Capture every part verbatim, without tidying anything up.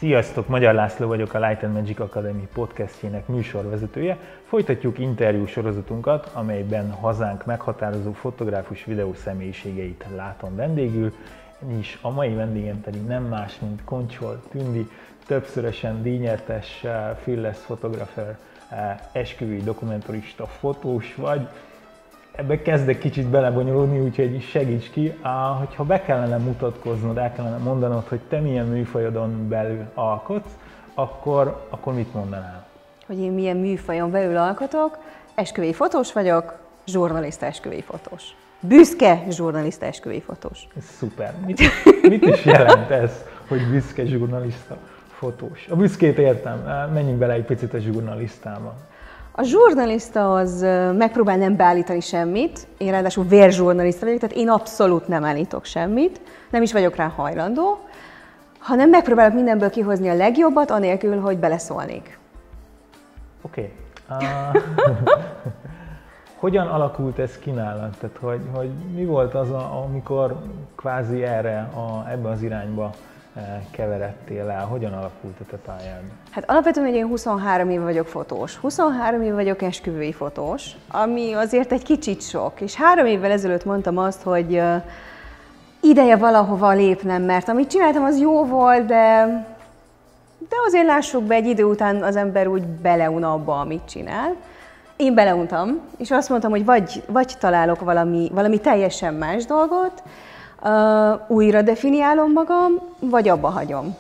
Sziasztok! Magyar László vagyok, a Light and Magic Academy podcastjének műsorvezetője. Folytatjuk interjú sorozatunkat, amelyben hazánk meghatározó fotográfus videó személyiségeit látom vendégül. És a mai vendégem pedig nem más, mint Koncsol Tündi, többszörösen díjnyertes fearless fotografer, esküvői dokumentarista, fotós vagy. Ebbe kezdek kicsit belebonyolódni, úgyhogy segíts ki. Hogyha be kellene mutatkoznod, el kellene mondanod, hogy te milyen műfajodon belül alkotsz, akkor, akkor mit mondanál? Hogy én milyen műfajon belül alkotok? Esküvői fotós vagyok, zsurnalista esküvői fotós. Büszke zsurnalista esküvői fotós. Ez szuper. Mit, mit is jelent ez, hogy büszke zsurnalista fotós? A büszkét értem, menjünk bele egy picit a zsurnalistába. A zsurnalista az megpróbál nem beállítani semmit, én ráadásul vérzsurnalista vagyok, tehát én abszolút nem állítok semmit, nem is vagyok rá hajlandó, hanem megpróbálok mindenből kihozni a legjobbat, anélkül, hogy beleszólnék. Oké. Okay. Uh, hogyan alakult ez ki nálad? Tehát, hogy, hogy mi volt az, a, amikor kvázi erre, a, ebbe az irányba keveredtél el? Hogyan alakult a te pályád? Hát alapvetően én huszonhárom éve vagyok fotós. huszonhárom éve vagyok esküvői fotós, ami azért egy kicsit sok. És három évvel ezelőtt mondtam azt, hogy ideje valahova lépnem, mert amit csináltam, az jó volt, de, de azért lássuk be, egy idő után az ember úgy beleun abba, amit csinál. Én beleuntam, és azt mondtam, hogy vagy, vagy találok valami, valami teljesen más dolgot, Uh, újra definiálom magam, vagy abba hagyom.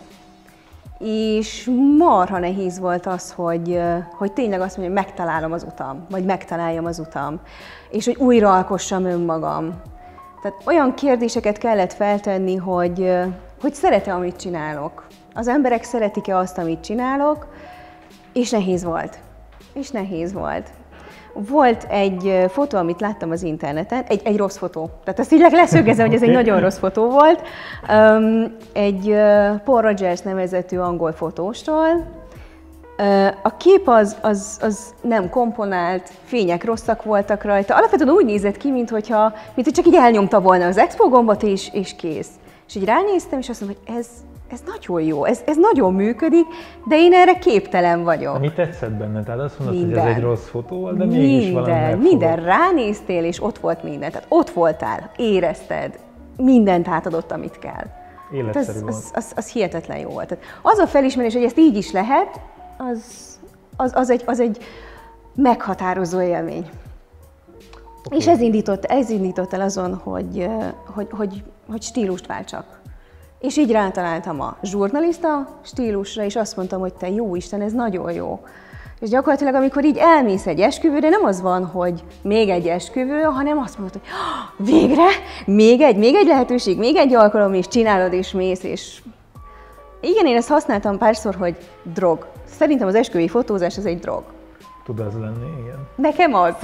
És marha nehéz volt az, hogy, uh, hogy tényleg azt mondjam, hogy megtalálom az utam, vagy megtaláljam az utam, és hogy újra alkossam önmagam. Tehát olyan kérdéseket kellett feltenni, hogy, uh, hogy szeret-e, amit csinálok. Az emberek szeretik-e azt, amit csinálok, és nehéz volt. És nehéz volt. Volt egy fotó, amit láttam az interneten, egy, egy rossz fotó. Tehát ezt így leszögezem, hogy ez egy nagyon rossz fotó volt. Um, egy uh, Paul Rogers nevezetű angol fotóstól. Uh, a kép az, az, az nem komponált, fények rosszak voltak rajta. Alapvetően úgy nézett ki, mintha, mint hogy csak így elnyomta volna az expo gombot, és, és kész. És így ránéztem, és azt mondom, hogy ez, ez nagyon jó, ez, ez nagyon működik, de én erre képtelen vagyok. Mi tetszett benne? Tehát azt mondod, minden. hogy ez egy rossz fotó volt, de mégis valami Minden, minden. Ránéztél, és ott volt minden. Tehát ott voltál, érezted, mindent átadott, amit kell. Életszerű az, volt. az, az, az hihetetlen jó volt. Tehát az a felismerés, hogy ezt így is lehet, az, az, az, egy, az egy meghatározó élmény. Okay. És ez indított, ez indított el azon, hogy, hogy, hogy, hogy stílust váltsak. És így rátaláltam a zsurnalista stílusra, és azt mondtam, hogy te jó Isten, ez nagyon jó. És gyakorlatilag, amikor így elmész egy esküvőre, nem az van, hogy még egy esküvő, hanem azt mondod, hogy ah, végre, még egy, még egy lehetőség, még egy alkalom, és csinálod, és mész, és... Igen, én ezt használtam párszor, hogy drog. Szerintem az esküvői fotózás az egy drog. Tud az lenni, igen. Nekem az.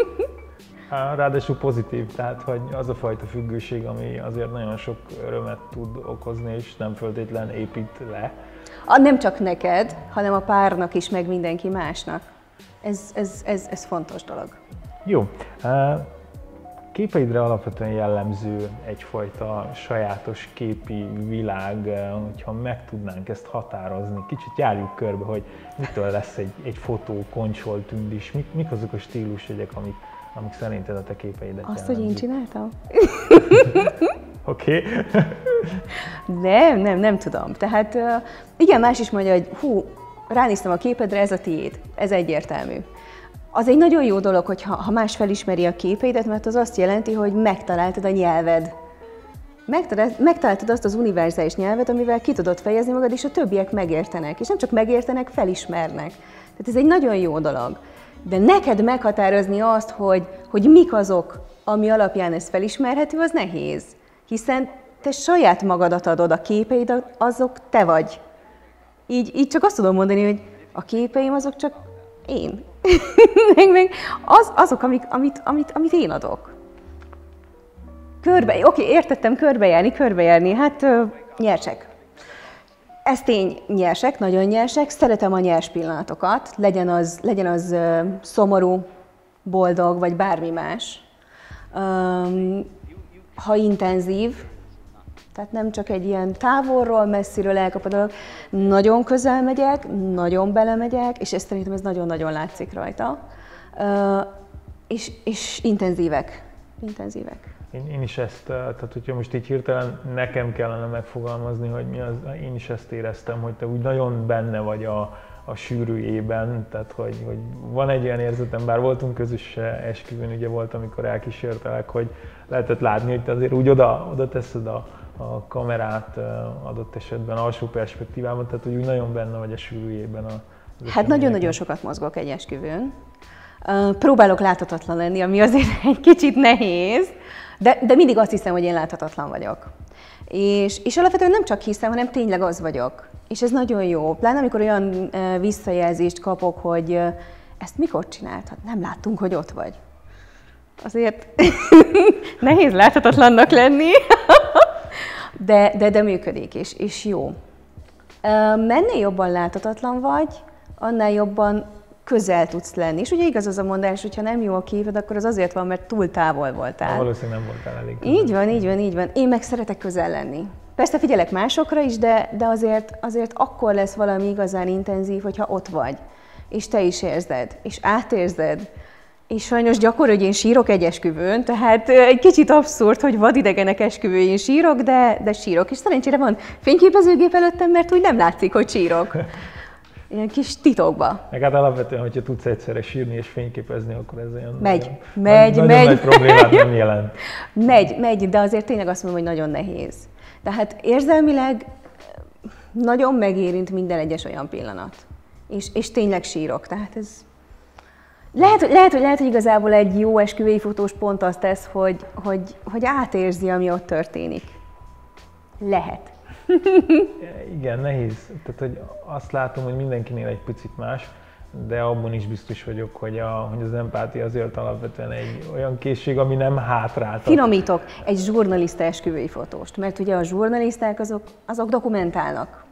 Ráadásul pozitív, tehát hogy az a fajta függőség, ami azért nagyon sok örömet tud okozni, és nem feltétlen épít le. A, nem csak neked, hanem a párnak is, meg mindenki másnak. Ez, ez, ez, ez fontos dolog. Jó. Képeidre alapvetően jellemző egyfajta sajátos képi világ, hogyha meg tudnánk ezt határozni, kicsit járjuk körbe, hogy mitől lesz egy, egy fotó Koncsol Tündis, mik, mik azok a stílusjegyek, amik amik szerinted a te képeidet azt, jellemzik. hogy én csináltam? Oké. nem, nem, nem tudom. Tehát igen, más is mondja, hogy hú, ránéztem a képedre, ez a tiéd. Ez egyértelmű. Az egy nagyon jó dolog, hogy ha, ha más felismeri a képeidet, mert az azt jelenti, hogy megtaláltad a nyelved. Megtaláltad azt az univerzális nyelvet, amivel ki tudod fejezni magad, és a többiek megértenek. És nem csak megértenek, felismernek. Tehát ez egy nagyon jó dolog. De neked meghatározni azt, hogy, hogy mik azok, ami alapján ez felismerhető, az nehéz. Hiszen te saját magadat adod, a képeid, azok te vagy. Így, így csak azt tudom mondani, hogy a képeim azok csak én. meg, meg az, azok, amik, amit, amit, amit én adok. Körbe, oké, értettem, körbejárni, körbejárni, hát ö, nyersek. Ez tény, nyersek, nagyon nyersek, szeretem a nyers pillanatokat, legyen az, legyen az uh, szomorú, boldog, vagy bármi más. Um, ha intenzív, Tehát nem csak egy ilyen távolról, messziről elkapod a dolog. Nagyon közel megyek, nagyon belemegyek, és ezt szerintem ez nagyon-nagyon látszik rajta. Uh, és, és intenzívek. Intenzívek. Én, én is ezt, tehát hogyha most így hirtelen nekem kellene megfogalmazni, hogy mi az, én is ezt éreztem, hogy te úgy nagyon benne vagy a, a sűrűjében, tehát hogy, hogy van egy olyan érzetem, bár voltunk közös esküvőn, ugye volt, amikor elkísértelek, hogy lehetett látni, hogy te azért úgy oda, oda teszed a, a kamerát adott esetben alsó perspektívában, tehát hogy úgy nagyon benne vagy a sűrűjében. A, hát nagyon-nagyon sokat mozgok egy esküvőn. Uh, próbálok láthatatlan lenni, ami azért egy kicsit nehéz, de, de mindig azt hiszem, hogy én láthatatlan vagyok. És, és alapvetően nem csak hiszem, hanem tényleg az vagyok. És ez nagyon jó. Pláne amikor olyan uh, visszajelzést kapok, hogy uh, ezt mikor csináltad? Nem láttunk, hogy ott vagy. Azért nehéz láthatatlannak lenni, de, de, de működik, és, és jó. Uh, mennél jobban láthatatlan vagy, annál jobban közel tudsz lenni. És ugye igaz az a mondás, hogy ha nem jó a képed, akkor az azért van, mert túl távol voltál. Ha, valószínűleg nem voltál elég közel. Így van, így van, így van. Én meg szeretek közel lenni. Persze figyelek másokra is, de, de azért, azért akkor lesz valami igazán intenzív, hogyha ott vagy. És te is érzed, és átérzed. És sajnos gyakori, hogy én sírok egy esküvőn, tehát egy kicsit abszurd, hogy vadidegenek esküvőjén sírok, de, de sírok. És szerencsére van fényképezőgép előttem, mert úgy nem látszik, hogy sírok. Ilyen kis titokba. Meg hát alapvetően, hogyha tudsz egyszerre sírni és fényképezni, akkor ez olyan megy, nagyon, megy, nagyon megy. nagy problémát nem jelent. Megy, megy, de azért tényleg azt mondom, hogy nagyon nehéz. Tehát érzelmileg nagyon megérint minden egyes olyan pillanat. És, és tényleg sírok, tehát ez... Lehet, hogy, lehet, hogy, lehet, hogy igazából egy jó esküvői fotós pont azt tesz, hogy, hogy, hogy átérzi, ami ott történik. Lehet. Igen, nehéz. Tehát, hogy azt látom, hogy mindenkinél egy picit más, de abban is biztos vagyok, hogy, a, hogy az empátia azért alapvetően egy olyan készség, ami nem hátráltat. Finomítok egy zsurnalista esküvői fotóst, mert ugye a zsurnalisták azok, azok dokumentálnak.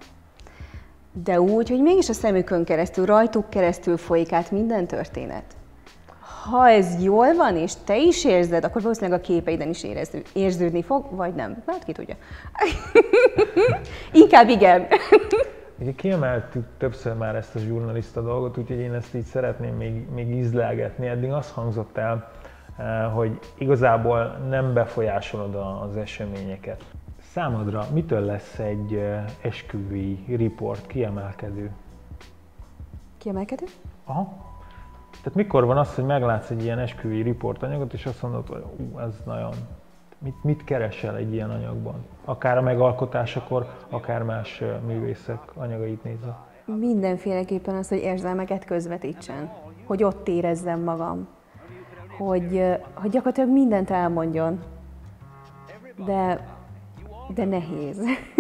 De úgy, hogy mégis a szemükön keresztül, rajtuk keresztül folyik át minden történet. Ha ez jól van, és te is érzed, akkor valószínűleg a képeiden is érező, érződni fog, vagy nem. Hát ki tudja. Inkább igen. Kiemeltük többször már ezt a zsurnalista dolgot, úgyhogy én ezt így szeretném még, még ízlelgetni. Eddig az hangzott el, hogy igazából nem befolyásolod az eseményeket. Számodra mitől lesz egy esküvői riport kiemelkedő? Kiemelkedő? Aha. Tehát mikor van az, hogy meglátsz egy ilyen esküvői riportanyagot, és azt mondod, hogy ú, ez nagyon... Mit, mit keresel egy ilyen anyagban? Akár a megalkotásakor, akár más művészek anyagait nézve. Mindenféleképpen az, hogy érzelmeket közvetítsen. Hogy ott érezzem magam. Hogy, hogy gyakorlatilag mindent elmondjon. De, de nehéz.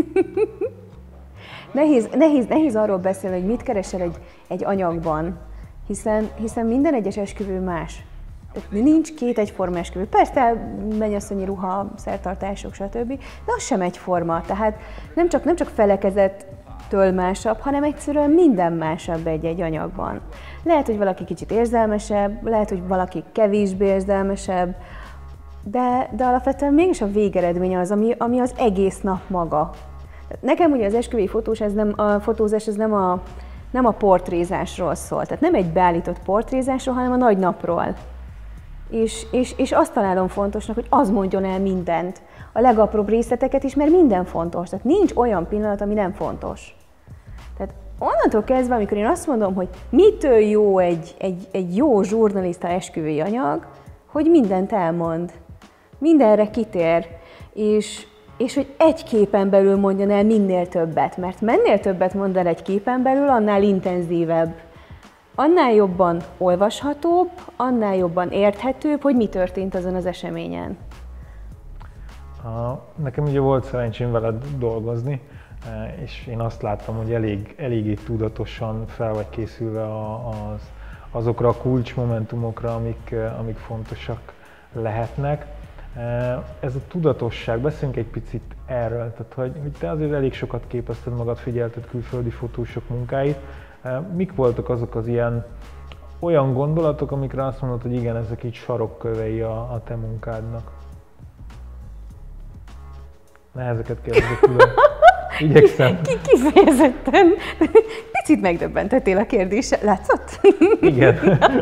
nehéz, nehéz. Nehéz arról beszélni, hogy mit keresel egy, egy anyagban. Hiszen, hiszen minden egyes esküvő más. Nincs két egyforma esküvő. Persze mennyasszonyi ruha, szertartások, stb. De az sem egyforma. Tehát nem csak, nem csak felekezettől másabb, hanem egyszerűen minden másabb egy-egy anyagban. Lehet, hogy valaki kicsit érzelmesebb, lehet, hogy valaki kevésbé érzelmesebb, de, de alapvetően mégis a végeredmény az, ami, ami az egész nap maga. Nekem ugye az esküvői fotós, ez nem, a fotózás ez nem a, nem a portrézásról szól. Tehát nem egy beállított portrézásról, hanem a nagy napról. És, és, és azt találom fontosnak, hogy az mondjon el mindent, a legapróbb részleteket is, mert minden fontos. Tehát nincs olyan pillanat, ami nem fontos. Tehát onnantól kezdve, amikor én azt mondom, hogy mitől jó egy, egy, egy jó zsurnalista esküvői anyag, hogy mindent elmond, mindenre kitér, és, és hogy egy képen belül mondjon el minél többet, mert mennél többet mond el egy képen belül, annál intenzívebb. Annál jobban olvashatóbb, annál jobban érthetőbb, hogy mi történt azon az eseményen. Nekem ugye volt szerencsém veled dolgozni, és én azt láttam, hogy elég, eléggé tudatosan fel vagy készülve az, azokra a kulcsmomentumokra, amik, amik fontosak lehetnek. Ez a tudatosság, beszéljünk egy picit erről, tehát hogy, hogy te azért elég sokat képezted magad, figyelted külföldi fotósok munkáit. Mik voltak azok az ilyen olyan gondolatok, amikre azt mondod, hogy igen, ezek így sarokkövei a, a te munkádnak? Nehezeket kérdezek külön. Igyekszem. Kifejezetten. Picit megdöbbentettél a kérdéssel. Látszott? Igen.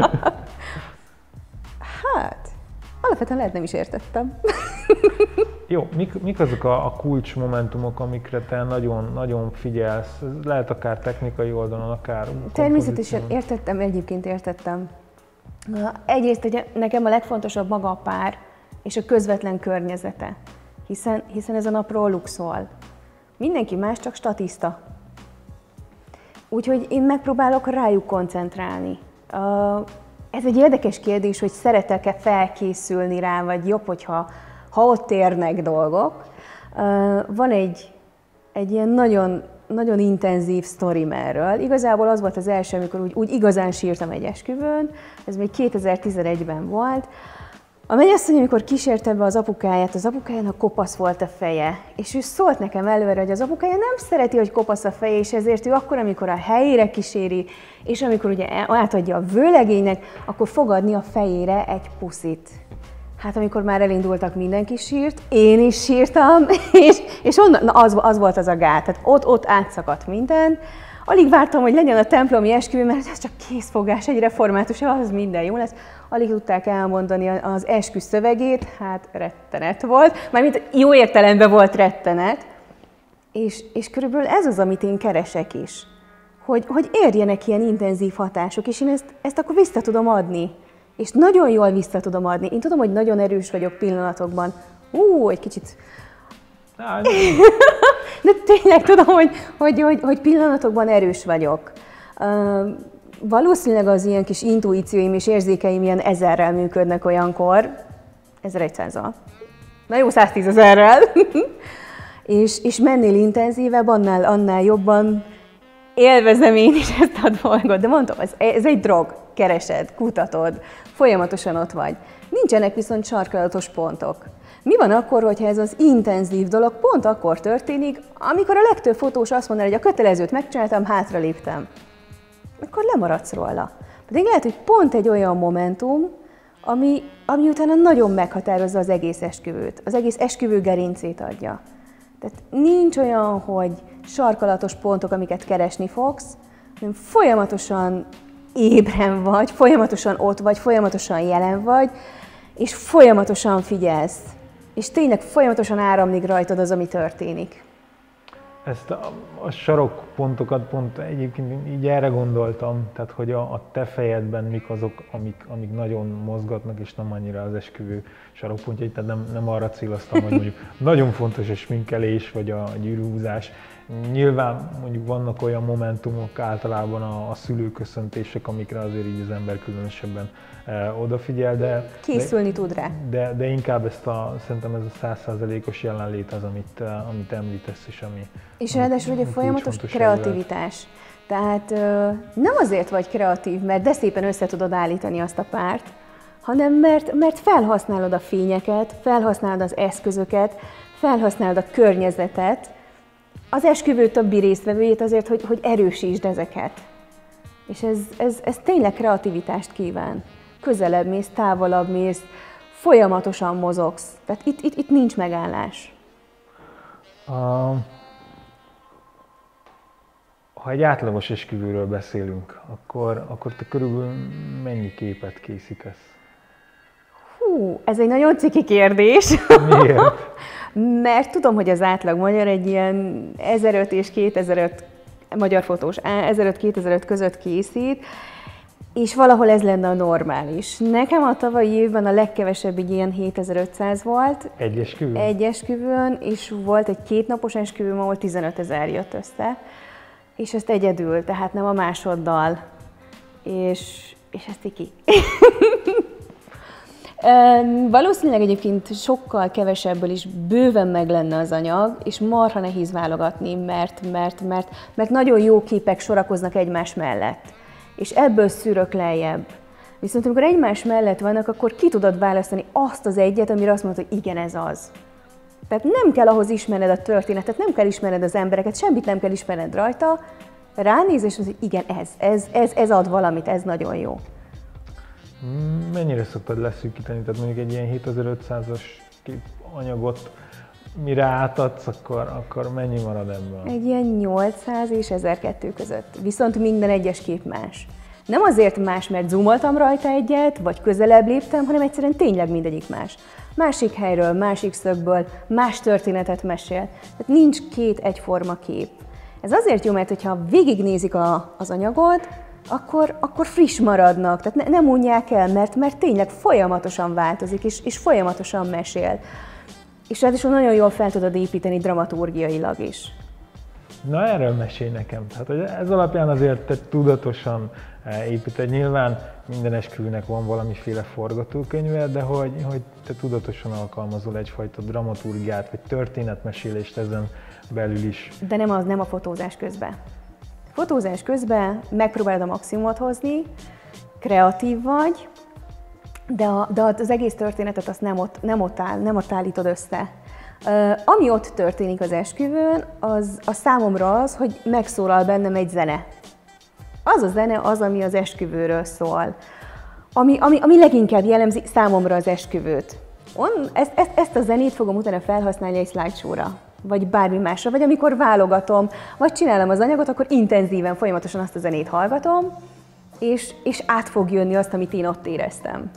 Hát, alapvetően lehet nem is értettem. Jó, mik, mik azok a, a kulcsmomentumok, amikre te nagyon, nagyon figyelsz? Ez lehet akár technikai oldalon, akár természetesen értettem, egyébként értettem. Egyrészt ugye, nekem a legfontosabb maga a pár és a közvetlen környezete, hiszen, hiszen ez a nap róluk szól. Mindenki más, csak statiszta. Úgyhogy én megpróbálok rájuk koncentrálni. Ez egy érdekes kérdés, hogy szeretek-e felkészülni rá, vagy jobb, hogyha ha ott érnek dolgok. Van egy, egy ilyen nagyon, nagyon intenzív sztorim erről. Igazából az volt az első, amikor úgy, úgy igazán sírtam egy esküvőn, ez még kétezer-tizenegyben volt. A mennyasszony, amikor kísérte be az apukáját, az apukájának kopasz volt a feje, és ő szólt nekem előre, hogy az apukája nem szereti, hogy kopasz a feje, és ezért ő akkor, amikor a helyére kíséri, és amikor ugye átadja a vőlegénynek, akkor fogadni a fejére egy puszit. Hát amikor már elindultak, mindenki sírt, én is sírtam, és, és onnan, na az, az volt az a gát, tehát ott, ott átszakadt minden. Alig vártam, hogy legyen a templomi esküvő, mert ez csak készfogás, egy református, az minden jó lesz. Alig tudták elmondani az eskü szövegét, hát rettenet volt. Mármint jó értelemben volt rettenet. És, és körülbelül ez az, amit én keresek is. Hogy, hogy érjenek ilyen intenzív hatások, és én ezt, ezt akkor vissza tudom adni. És nagyon jól vissza tudom adni. Én tudom, hogy nagyon erős vagyok pillanatokban. Ú, egy kicsit... De tényleg tudom, hogy, hogy, hogy, hogy pillanatokban erős vagyok. Uh, valószínűleg az ilyen kis intuícióim és érzékeim ilyen ezerrel működnek olyankor. ezeregyszázzal. Na jó, száztízezerrel. és, és mennél intenzívebb, annál, annál jobban élvezem én is ezt a dolgot. De mondom, ez, ez egy drog. Keresed, kutatod, folyamatosan ott vagy. Nincsenek viszont sarkalatos pontok. Mi van akkor, hogyha ez az intenzív dolog pont akkor történik, amikor a legtöbb fotós azt mondaná, hogy a kötelezőt megcsináltam, hátraléptem. Akkor lemaradsz róla. Pedig lehet, hogy pont egy olyan momentum, ami, ami utána nagyon meghatározza az egész esküvőt, az egész esküvő gerincét adja. Tehát nincs olyan, hogy sarkalatos pontok, amiket keresni fogsz, hanem folyamatosan ébren vagy, folyamatosan ott vagy, folyamatosan jelen vagy, és folyamatosan figyelsz. És tényleg folyamatosan áramlik rajtad az, ami történik. Ezt a, a sarokpontokat pont egyébként így erre gondoltam, tehát hogy a, a te fejedben mik azok, amik, amik nagyon mozgatnak, és nem annyira az esküvő sarokpontjai, tehát nem, nem arra céloztam, hogy mondjuk nagyon fontos a sminkelés, vagy a gyűrűhúzás. Nyilván mondjuk vannak olyan momentumok, általában a, a szülőköszöntések, amikre azért így az ember különösebben e, odafigyel, de... Készülni de, tud rá. De, de inkább ezt a, szerintem ez a száz százalékos jelenlét az, amit, amit említesz, és ami... És ráadásul ugye folyamatos kreativitás. Tehát nem azért vagy kreatív, mert de szépen össze tudod állítani azt a párt, hanem mert, mert felhasználod a fényeket, felhasználod az eszközöket, felhasználod a környezetet, az esküvő többi résztvevőjét azért, hogy, hogy erősítsd ezeket. És ez, ez, ez tényleg kreativitást kíván. Közelebb mész, távolabb mész, folyamatosan mozogsz. Tehát itt, itt, itt nincs megállás. Uh, ha egy átlagos esküvőről beszélünk, akkor, akkor te körülbelül mennyi képet készítesz? Hú, ez egy nagyon ciki kérdés. Miért? Mert tudom, hogy az átlag magyar egy ilyen ezeröt és kétezer-öt magyar fotós, ezeröt-kétezer-öt között készít, és valahol ez lenne a normális. Nekem a tavalyi évben a legkevesebb így ilyen hétezer-ötszáz volt. Egy esküvőn? Egy esküvőn, és volt egy kétnapos esküvőm, ahol tizenötezer jött össze, és ezt egyedül, tehát nem a másoddal. És, és ez ciki. Valószínűleg egyébként sokkal kevesebből is bőven meg lenne az anyag, és marha nehéz válogatni, mert, mert, mert, mert nagyon jó képek sorakoznak egymás mellett, és ebből szűrök lejjebb. Viszont amikor egymás mellett vannak, akkor ki tudod választani azt az egyet, amire azt mondod, hogy igen, ez az. Tehát nem kell ahhoz ismerned a történetet, nem kell ismerned az embereket, semmit nem kell ismerned rajta, ránéz és az, hogy igen, ez, ez, ez, ez ad valamit, ez nagyon jó. Mennyire szoktad leszűkíteni? Tehát mondjuk egy ilyen hétezer-ötszázas anyagot mire átadsz, akkor, akkor mennyi marad ebből? Egy ilyen nyolcszáz és ezerkettő között. Viszont minden egyes kép más. Nem azért más, mert zoomoltam rajta egyet, vagy közelebb léptem, hanem egyszerűen tényleg mindegyik más. Másik helyről, másik szögből, más történetet mesél. Tehát nincs két egyforma kép. Ez azért jó, mert hogyha végignézik a, az anyagot, akkor, akkor friss maradnak, tehát ne, nem unják el, mert, mert tényleg folyamatosan változik, és, és folyamatosan mesél. És ráadásul nagyon jól fel tudod építeni dramaturgiailag is. Na erről mesélj nekem. Tehát, hogy ez alapján azért te tudatosan építed. Nyilván minden esküvőnek van valamiféle forgatókönyve, de hogy, hogy te tudatosan alkalmazol egyfajta dramaturgiát, vagy történetmesélést ezen belül is. De nem az, nem a fotózás közben. Fotózás közben megpróbálod a maximumot hozni, kreatív vagy, de, a, de az egész történetet azt nem ott, nem ott, áll, nem ott állítod össze. Uh, ami ott történik az esküvőn, az a számomra az, hogy megszólal bennem egy zene. Az a zene az, ami az esküvőről szól. Ami, ami, ami leginkább jellemzi számomra az esküvőt. On, ezt, ezt, ezt a zenét fogom utána felhasználni egy slideshow-ra, vagy bármi másra, vagy amikor válogatom, vagy csinálom az anyagot, akkor intenzíven, folyamatosan azt a zenét hallgatom, és, és át fog jönni azt, amit én ott éreztem.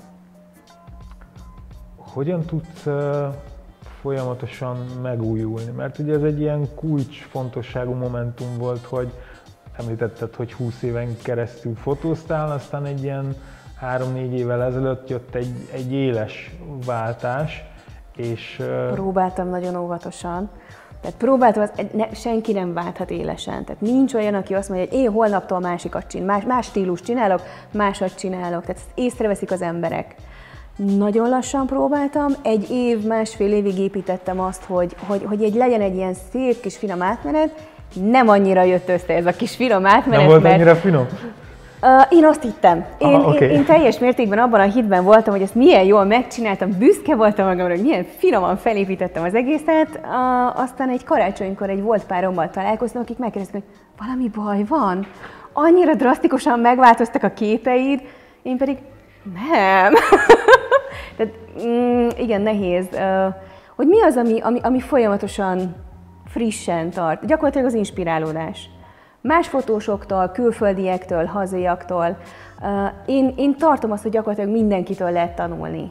Hogyan tudsz uh, folyamatosan megújulni? Mert ugye ez egy ilyen kulcsfontosságú momentum volt, hogy említetted, hogy húsz éven keresztül fotóztál, aztán egy ilyen három-négy évvel ezelőtt jött egy, egy éles váltás, és... Uh... Próbáltam nagyon óvatosan. Tehát próbáltam, az, ne, senki nem válthat élesen. Tehát nincs olyan, aki azt mondja, hogy én holnaptól másikat csinálok, más, más stílust csinálok, másat csinálok. Tehát ezt észreveszik az emberek. Nagyon lassan próbáltam, egy év, másfél évig építettem azt, hogy, hogy, hogy egy, legyen egy ilyen szép kis finom átmenet. Nem annyira jött össze ez a kis finom átmenet, nem volt mert... annyira finom? Uh, én azt hittem. Én, Aha, okay. én, én teljes mértékben abban a hitben voltam, hogy ezt milyen jól megcsináltam, büszke voltam magamra, hogy milyen finoman felépítettem az egészet. Uh, aztán egy karácsonykor egy volt párommal találkoztam, akik megkérdeztek, hogy valami baj van? Annyira drasztikusan megváltoztak a képeid, én pedig nem. Tehát mm, igen, nehéz. Uh, hogy mi az, ami, ami, ami folyamatosan frissen tart? Gyakorlatilag az inspirálódás. Más fotósoktól, külföldiektől, hazaiaktól. Én, én tartom azt, hogy gyakorlatilag mindenkitől lehet tanulni.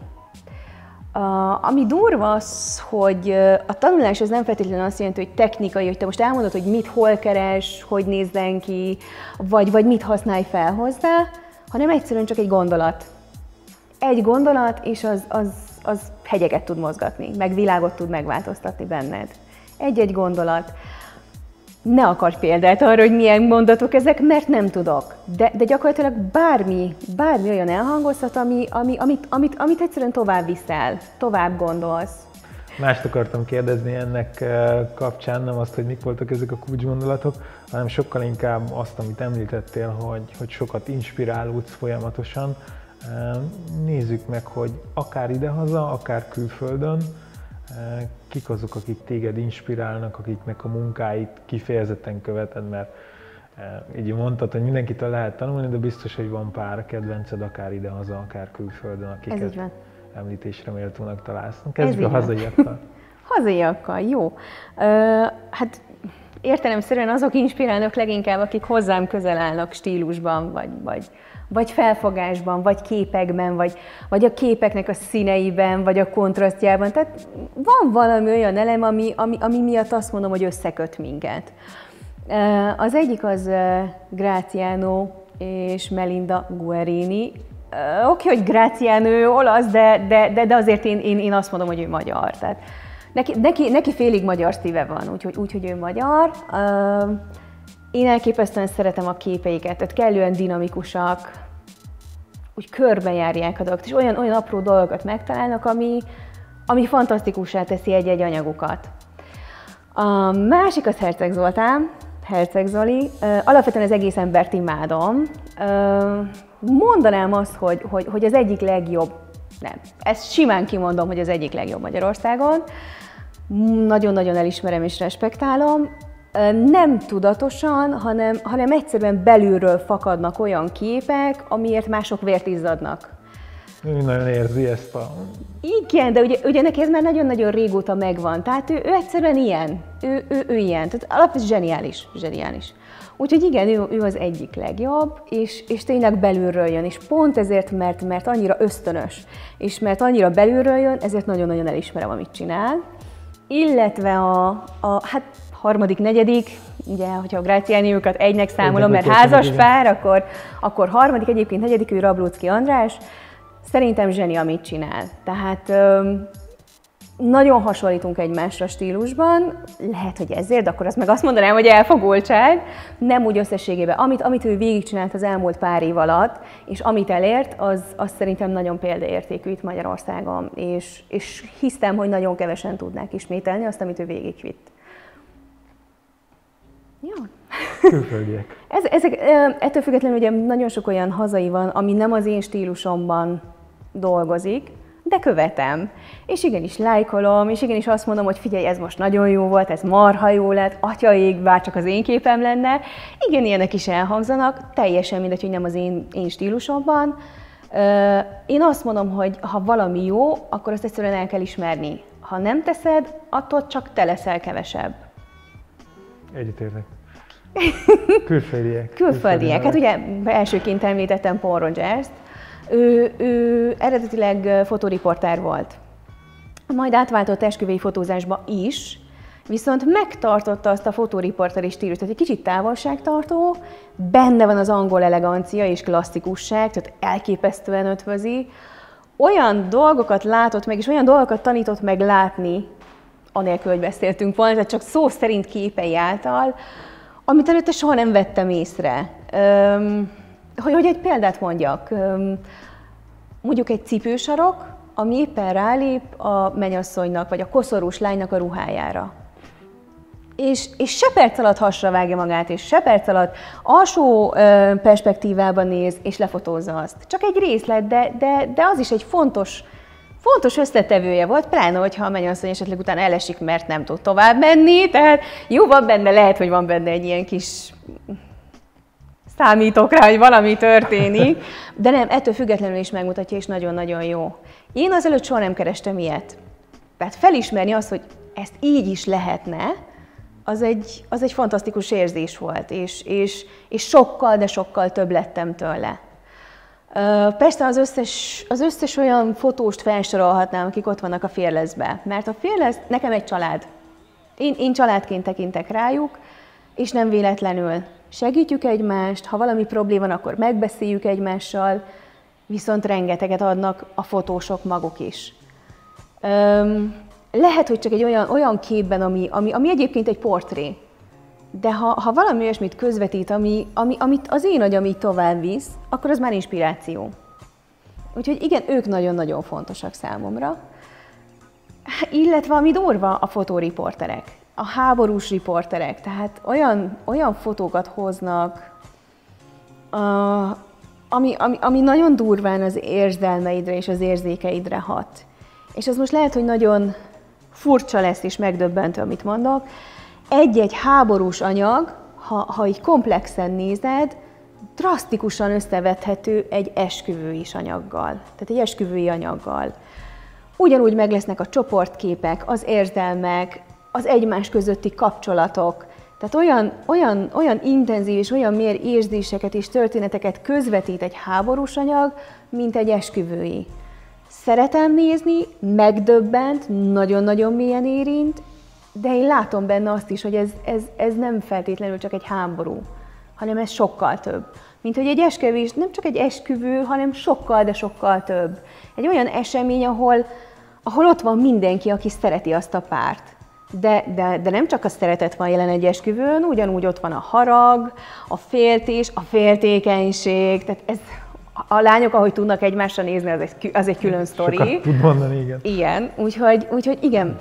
Ami durva az, hogy a tanulás az nem feltétlenül azt jelenti, hogy technikai, hogy te most elmondod, hogy mit hol keres, hogy nézzen ki, vagy, vagy mit használj fel hozzá, hanem egyszerűen csak egy gondolat. Egy gondolat, és az, az, az hegyeket tud mozgatni, meg világot tud megváltoztatni benned. Egy-egy gondolat. Ne akarj példát arra, hogy milyen mondatok ezek, mert nem tudok. De, de gyakorlatilag bármi, bármi olyan elhangozhat, ami, ami, amit, amit, amit egyszerűen tovább viszel, tovább gondolsz. Mást akartam kérdezni ennek kapcsán, nem azt, hogy mik voltak ezek a kulcsgondolatok, hanem sokkal inkább azt, amit említettél, hogy, hogy sokat inspirálódsz folyamatosan. Nézzük meg, hogy akár idehaza, akár külföldön, kik azok, akik téged inspirálnak, akiknek a munkáit kifejezetten követed, mert így mondtad, hogy mindenkitől lehet tanulni, de biztos, hogy van pár kedvenced, akár idehaza, akár külföldön, akiket említésre méltónak találsz. Kezdjük a hazaiakkal. Hazaiakkal, jó. Uh, hát értelemszerűen azok inspirálnak leginkább, akik hozzám közel állnak stílusban, vagy, vagy, vagy felfogásban, vagy képekben, vagy, vagy a képeknek a színeiben, vagy a kontrasztjában. Tehát van valami olyan elem, ami, ami, ami miatt azt mondom, hogy összeköt minket. Az egyik az Graziano és Melinda Guerini. Oké, okay, hogy Graziano ő olasz, de, de, de, de azért én, én, én azt mondom, hogy ő magyar. Tehát neki, neki, neki félig magyar szíve van, úgyhogy úgy, hogy ő magyar. Én elképesztően szeretem a képeiket, tehát kellően dinamikusak, úgy körbejárják a dolgokat, és olyan, olyan apró dolgokat megtalálnak, ami, ami fantasztikussá teszi egy-egy anyagukat. A másik az Herceg Zoltán, Herceg Zoli. Alapvetően az egész embert imádom. Mondanám azt, hogy, hogy, hogy az egyik legjobb, nem, ezt simán kimondom, hogy az egyik legjobb Magyarországon. Nagyon-nagyon elismerem és respektálom. Nem tudatosan, hanem, hanem egyszerűen belülről fakadnak olyan képek, amiért mások vért izzadnak. Ő nagyon érzi ezt a... Igen, de ugye, ugye neki ez már nagyon-nagyon régóta megvan. Tehát ő, ő egyszerűen ilyen. Ő, ő, ő ilyen. Tehát alapvetően zseniális. zseniális. Úgyhogy igen, ő, ő az egyik legjobb, és, és tényleg belülről jön. És pont ezért, mert, mert annyira ösztönös, és mert annyira belülről jön, ezért nagyon-nagyon elismerem, amit csinál. Illetve a, a hát harmadik, negyedik, ugye, hogyha a Gráciániukat egynek számolom, mert házas pár, akkor, akkor harmadik, egyébként negyedik, ő Rablóczky András. Szerintem zseni, amit csinál. Tehát öm, nagyon hasonlítunk egymásra stílusban, lehet, hogy ezért, de akkor azt meg azt mondanám, hogy elfogultság, nem úgy összességében. Amit, amit ő végigcsinált az elmúlt pár év alatt, és amit elért, az, az szerintem nagyon példaértékű itt Magyarországon, és, és hiszem, hogy nagyon kevesen tudnák ismételni azt, amit ő végigvitt. Ja. Külföldiek. Ez, ezek, ettől függetlenül ugye nagyon sok olyan hazai van, ami nem az én stílusomban dolgozik, de követem. És igenis lájkolom, és igenis azt mondom, hogy figyelj, ez most nagyon jó volt, ez marha jó lett, atyaig, bár csak az én képem lenne. Igen, ilyenek is elhangzanak, teljesen mindegy, hogy nem az én, én stílusomban. Én azt mondom, hogy ha valami jó, akkor azt egyszerűen el kell ismerni. Ha nem teszed, attól csak te leszel kevesebb. Egyetértek. Külföldiek. Külföldiek. Hát ugye elsőként említettem Paul Rogers-t. Ő, ő eredetileg fotóriportár volt. Majd átváltott esküvői fotózásba is, viszont megtartotta azt a fotóriporteri stílust, tehát egy kicsit távolságtartó, benne van az angol elegancia és klasszikusság, tehát elképesztően ötvözi. Olyan dolgokat látott meg, és olyan dolgokat tanított meg látni, anélkül, hogy beszéltünk volna, tehát csak szó szerint képei által, amit előtte soha nem vettem észre. Öm, hogy, hogy egy példát mondjak, öm, mondjuk egy cipősarok, ami éppen rálép a mennyasszonynak, vagy a koszorús lánynak a ruhájára. És, és se perc alatt hasra vágja magát, és se perc alatt alsó ö, perspektívában néz, és lefotózza azt. Csak egy részlet, de, de, de az is egy fontos, fontos összetevője volt, pláne, hogyha a mennyasszony esetleg utána elesik, mert nem tud tovább menni, tehát jó, van benne, lehet, hogy van benne egy ilyen kis... számítok rá, hogy valami történik, de nem, ettől függetlenül is megmutatja, és nagyon-nagyon jó. Én azelőtt soha nem kerestem ilyet. Tehát felismerni azt, hogy ezt így is lehetne, az egy, az egy fantasztikus érzés volt, és, és, és sokkal, de sokkal több lettem tőle. Persze az összes, az összes olyan fotóst felsorolhatnám, akik ott vannak a Fearless-be, mert a Fearless nekem egy család. Én, én családként tekintek rájuk, és nem véletlenül. Segítjük egymást, ha valami probléma van, akkor megbeszéljük egymással, viszont rengeteget adnak a fotósok maguk is. Öm, lehet, hogy csak egy olyan, olyan képben, ami, ami, ami egyébként egy portré, de ha, ha valami olyasmit közvetít, ami, ami, amit az én agyam így tovább visz, akkor az már inspiráció. Úgyhogy igen, ők nagyon-nagyon fontosak számomra. Illetve ami durva, a fotóriporterek. A háborús riporterek, tehát olyan, olyan fotókat hoznak, uh, ami, ami, ami nagyon durván az érzelmeidre és az érzékeidre hat. És az most lehet, hogy nagyon furcsa lesz és megdöbbentő, amit mondok. Egy-egy háborús anyag, ha, ha így komplexen nézed, drasztikusan összevethető egy esküvőis anyaggal, tehát egy esküvői anyaggal. Ugyanúgy meg lesznek a csoportképek, az érzelmek, az egymás közötti kapcsolatok. Tehát olyan, olyan, olyan intenzív és olyan mély érzéseket és történeteket közvetít egy háborús anyag, mint egy esküvői. Szeretem nézni, megdöbbent, nagyon-nagyon mélyen érint, de én látom benne azt is, hogy ez, ez, ez nem feltétlenül csak egy háború, hanem ez sokkal több. Mint hogy egy esküvő is nem csak egy esküvő, hanem sokkal, de sokkal több. Egy olyan esemény, ahol, ahol ott van mindenki, aki szereti azt a párt. De, de, de nem csak a szeretet van jelen egy esküvőn, ugyanúgy ott van a harag, a féltés, a féltékenység, tehát ez, a lányok, ahogy tudnak egymásra nézni, az egy, az egy külön sztori. Sokat tud mondani, igen. Igen, úgyhogy, úgyhogy igen,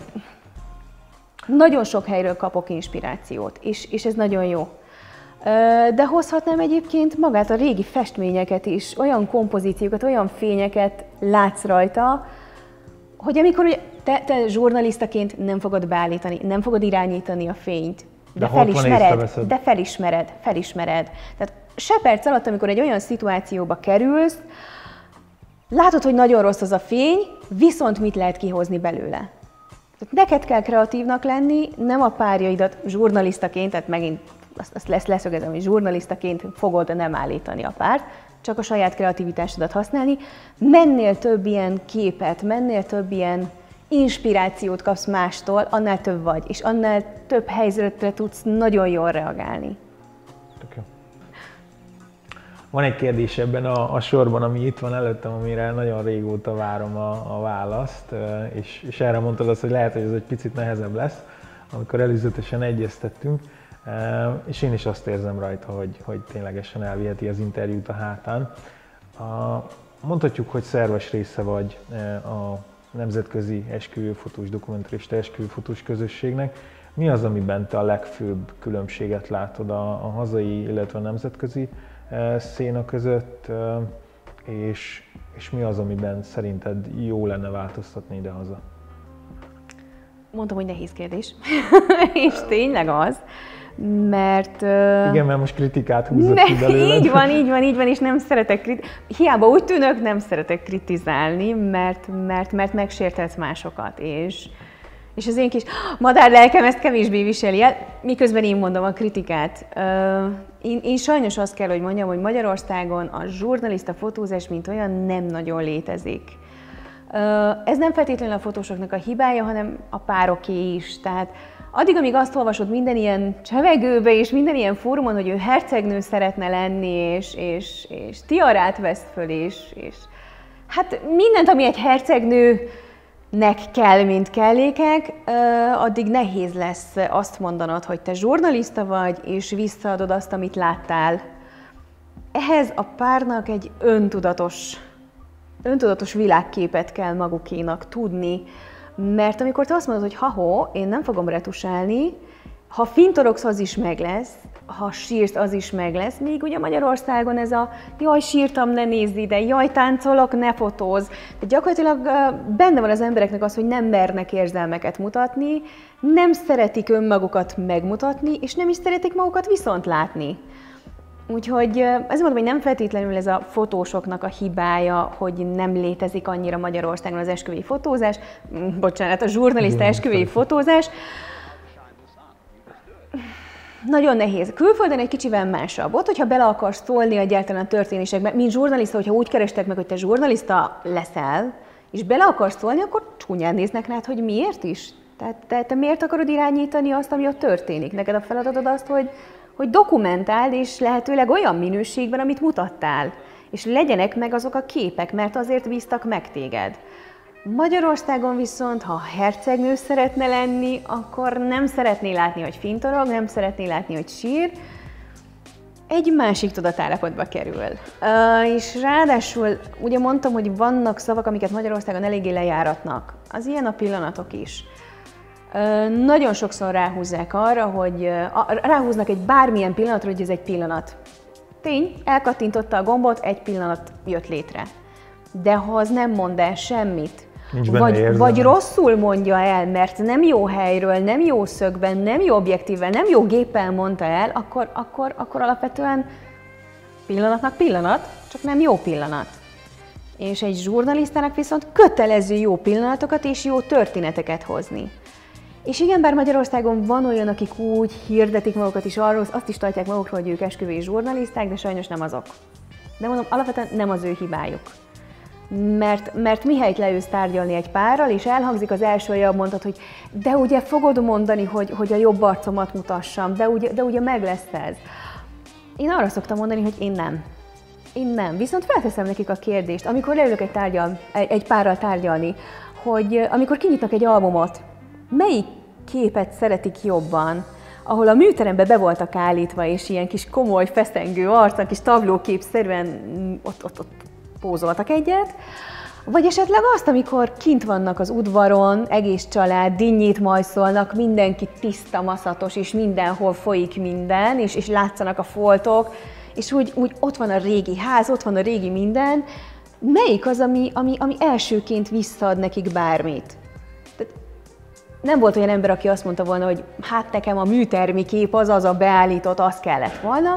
nagyon sok helyről kapok inspirációt, és, és ez nagyon jó. De hozhatnám egyébként magát a régi festményeket is, olyan kompozíciókat, olyan fényeket látsz rajta, hogy amikor ugye, te, te zsurnalisztaként nem fogod beállítani, nem fogod irányítani a fényt, de, de felismered, de felismered, felismered. Tehát se perc alatt, amikor egy olyan szituációba kerülsz, Látod, hogy nagyon rossz az a fény, viszont mit lehet kihozni belőle. Tehát neked kell kreatívnak lenni, nem a párjaidat zsurnalisztaként, tehát megint azt, azt lesz, leszögezem, hogy zsurnalisztaként fogod nem állítani a párt, csak a saját kreativitásodat használni. Mennél több ilyen képet, mennél több ilyen inspirációt kapsz mástól, annál több vagy, és annál több helyzetre tudsz nagyon jól reagálni. Tök jó. Van egy kérdés ebben a, a sorban, ami itt van előttem, amire nagyon régóta várom a, a választ, és, és erre mondtad azt, hogy lehet, hogy ez egy picit nehezebb lesz, amikor előzetesen egyeztettünk, és én is azt érzem rajta, hogy, hogy ténylegesen elviheti az interjút a hátán. Mondhatjuk, hogy szerves része vagy a nemzetközi esküvőfotós, dokumentarista esküvőfotós közösségnek. Mi az, amiben te a legfőbb különbséget látod a, a hazai, illetve a nemzetközi széna között, és, és mi az, amiben szerinted jó lenne változtatni idehaza? Mondtam, hogy nehéz kérdés, és tényleg az, mert... Igen, mert most kritikát húzott ki belőled. Így van, így van, így van, és nem szeretek kritizálni. Hiába úgy tűnök, nem szeretek kritizálni, mert, mert, mert megsérthetsz másokat, és, és az én kis madár lelkem ezt kevésbé viseli el, miközben én mondom a kritikát. Én, én sajnos azt kell, hogy mondjam, hogy Magyarországon a zsurnalista fotózás, mint olyan, nem nagyon létezik. Ez nem feltétlenül a fotósoknak a hibája, hanem a pároké is. Tehát addig, amíg azt olvasod minden ilyen csevegőbe és minden ilyen fórumon, hogy ő hercegnő szeretne lenni, és, és, és tiarát vesz föl, és, és hát mindent, ami egy hercegnőnek kell, mint kellékek, addig nehéz lesz azt mondanod, hogy te zsurnalista vagy, és visszaadod azt, amit láttál. Ehhez a párnak egy öntudatos, öntudatos világképet kell magukénak tudni, mert amikor te azt mondod, hogy ha-ho, én nem fogom retusálni, ha fintorogsz, az is meg lesz, ha sírsz, az is meg lesz, még ugye Magyarországon ez a jaj, sírtam, ne nézz ide, jaj, táncolok, ne fotózz. De gyakorlatilag benne van az embereknek az, hogy nem mernek érzelmeket mutatni, nem szeretik önmagukat megmutatni, és nem is szeretik magukat viszont látni. Úgyhogy ezért mondom, hogy nem feltétlenül ez a fotósoknak a hibája, hogy nem létezik annyira Magyarországon az esküvői fotózás, bocsánat, a zsurnalista esküvői fotózás. Nagyon nehéz. Külföldön egy kicsivel másabb. Ott, hogyha bele akarsz szólni egyáltalán a történésekbe, mint zsurnalista, hogyha úgy kerestek meg, hogy te zsurnalista leszel, és bele akarsz szólni, akkor csúnyán néznek rád, hogy miért is. Tehát te, te miért akarod irányítani azt, ami ott történik? Neked a feladatod azt, hogy hogy dokumentáld, és lehetőleg olyan minőségben, amit mutattál. És legyenek meg azok a képek, mert azért bíztak meg téged. Magyarországon viszont, ha hercegnő szeretne lenni, akkor nem szeretné látni, hogy fintorog, nem szeretné látni, hogy sír, egy másik tudatállapotba kerül. Uh, és ráadásul, ugye mondtam, hogy vannak szavak, amiket Magyarországon eléggé lejáratnak. Az ilyen a pillanatok is. Uh, nagyon sokszor ráhúzzák arra, hogy uh, ráhúznak egy bármilyen pillanatra, hogy ez egy pillanat. Tény, elkattintotta a gombot, egy pillanat jött létre. De ha az nem mond el semmit, vagy, vagy rosszul mondja el, mert nem jó helyről, nem jó szögben, nem jó objektívvel, nem jó géppel mondta el, akkor, akkor, akkor alapvetően pillanatnak pillanat, csak nem jó pillanat. És egy zsurnalisztának viszont kötelező jó pillanatokat és jó történeteket hozni. És igen, bár Magyarországon van olyan, akik úgy hirdetik magukat, és arról azt is tartják magukról, hogy ők esküvői zsurnaliszták, de sajnos nem azok. De mondom, alapvetően nem az ő hibájuk. Mert, mert mihelyt leülsz tárgyalni egy párral, és elhangzik az első olyan mondat, hogy de ugye fogod mondani, hogy, hogy a jobb arcomat mutassam, de ugye, de ugye meg lesz ez. Én arra szoktam mondani, hogy én nem. Én nem. Viszont felteszem nekik a kérdést, amikor leülök egy, tárgyal, egy párral tárgyalni, hogy amikor kinyitnak egy albumot, melyik képet szeretik jobban, ahol a műterembe be voltak állítva, és ilyen kis komoly, feszengő arcok, kis tablóképszerűen ott, ott, ott pózoltak egyet, vagy esetleg azt, amikor kint vannak az udvaron, egész család, dinnyét majszolnak, mindenki tiszta, maszatos, és mindenhol folyik minden, és, és látszanak a foltok, és úgy, úgy ott van a régi ház, ott van a régi minden. Melyik az, ami, ami, ami elsőként visszaad nekik bármit? Tehát nem volt olyan ember, aki azt mondta volna, hogy hát nekem a műtermi kép az az a beállított, az kellett volna,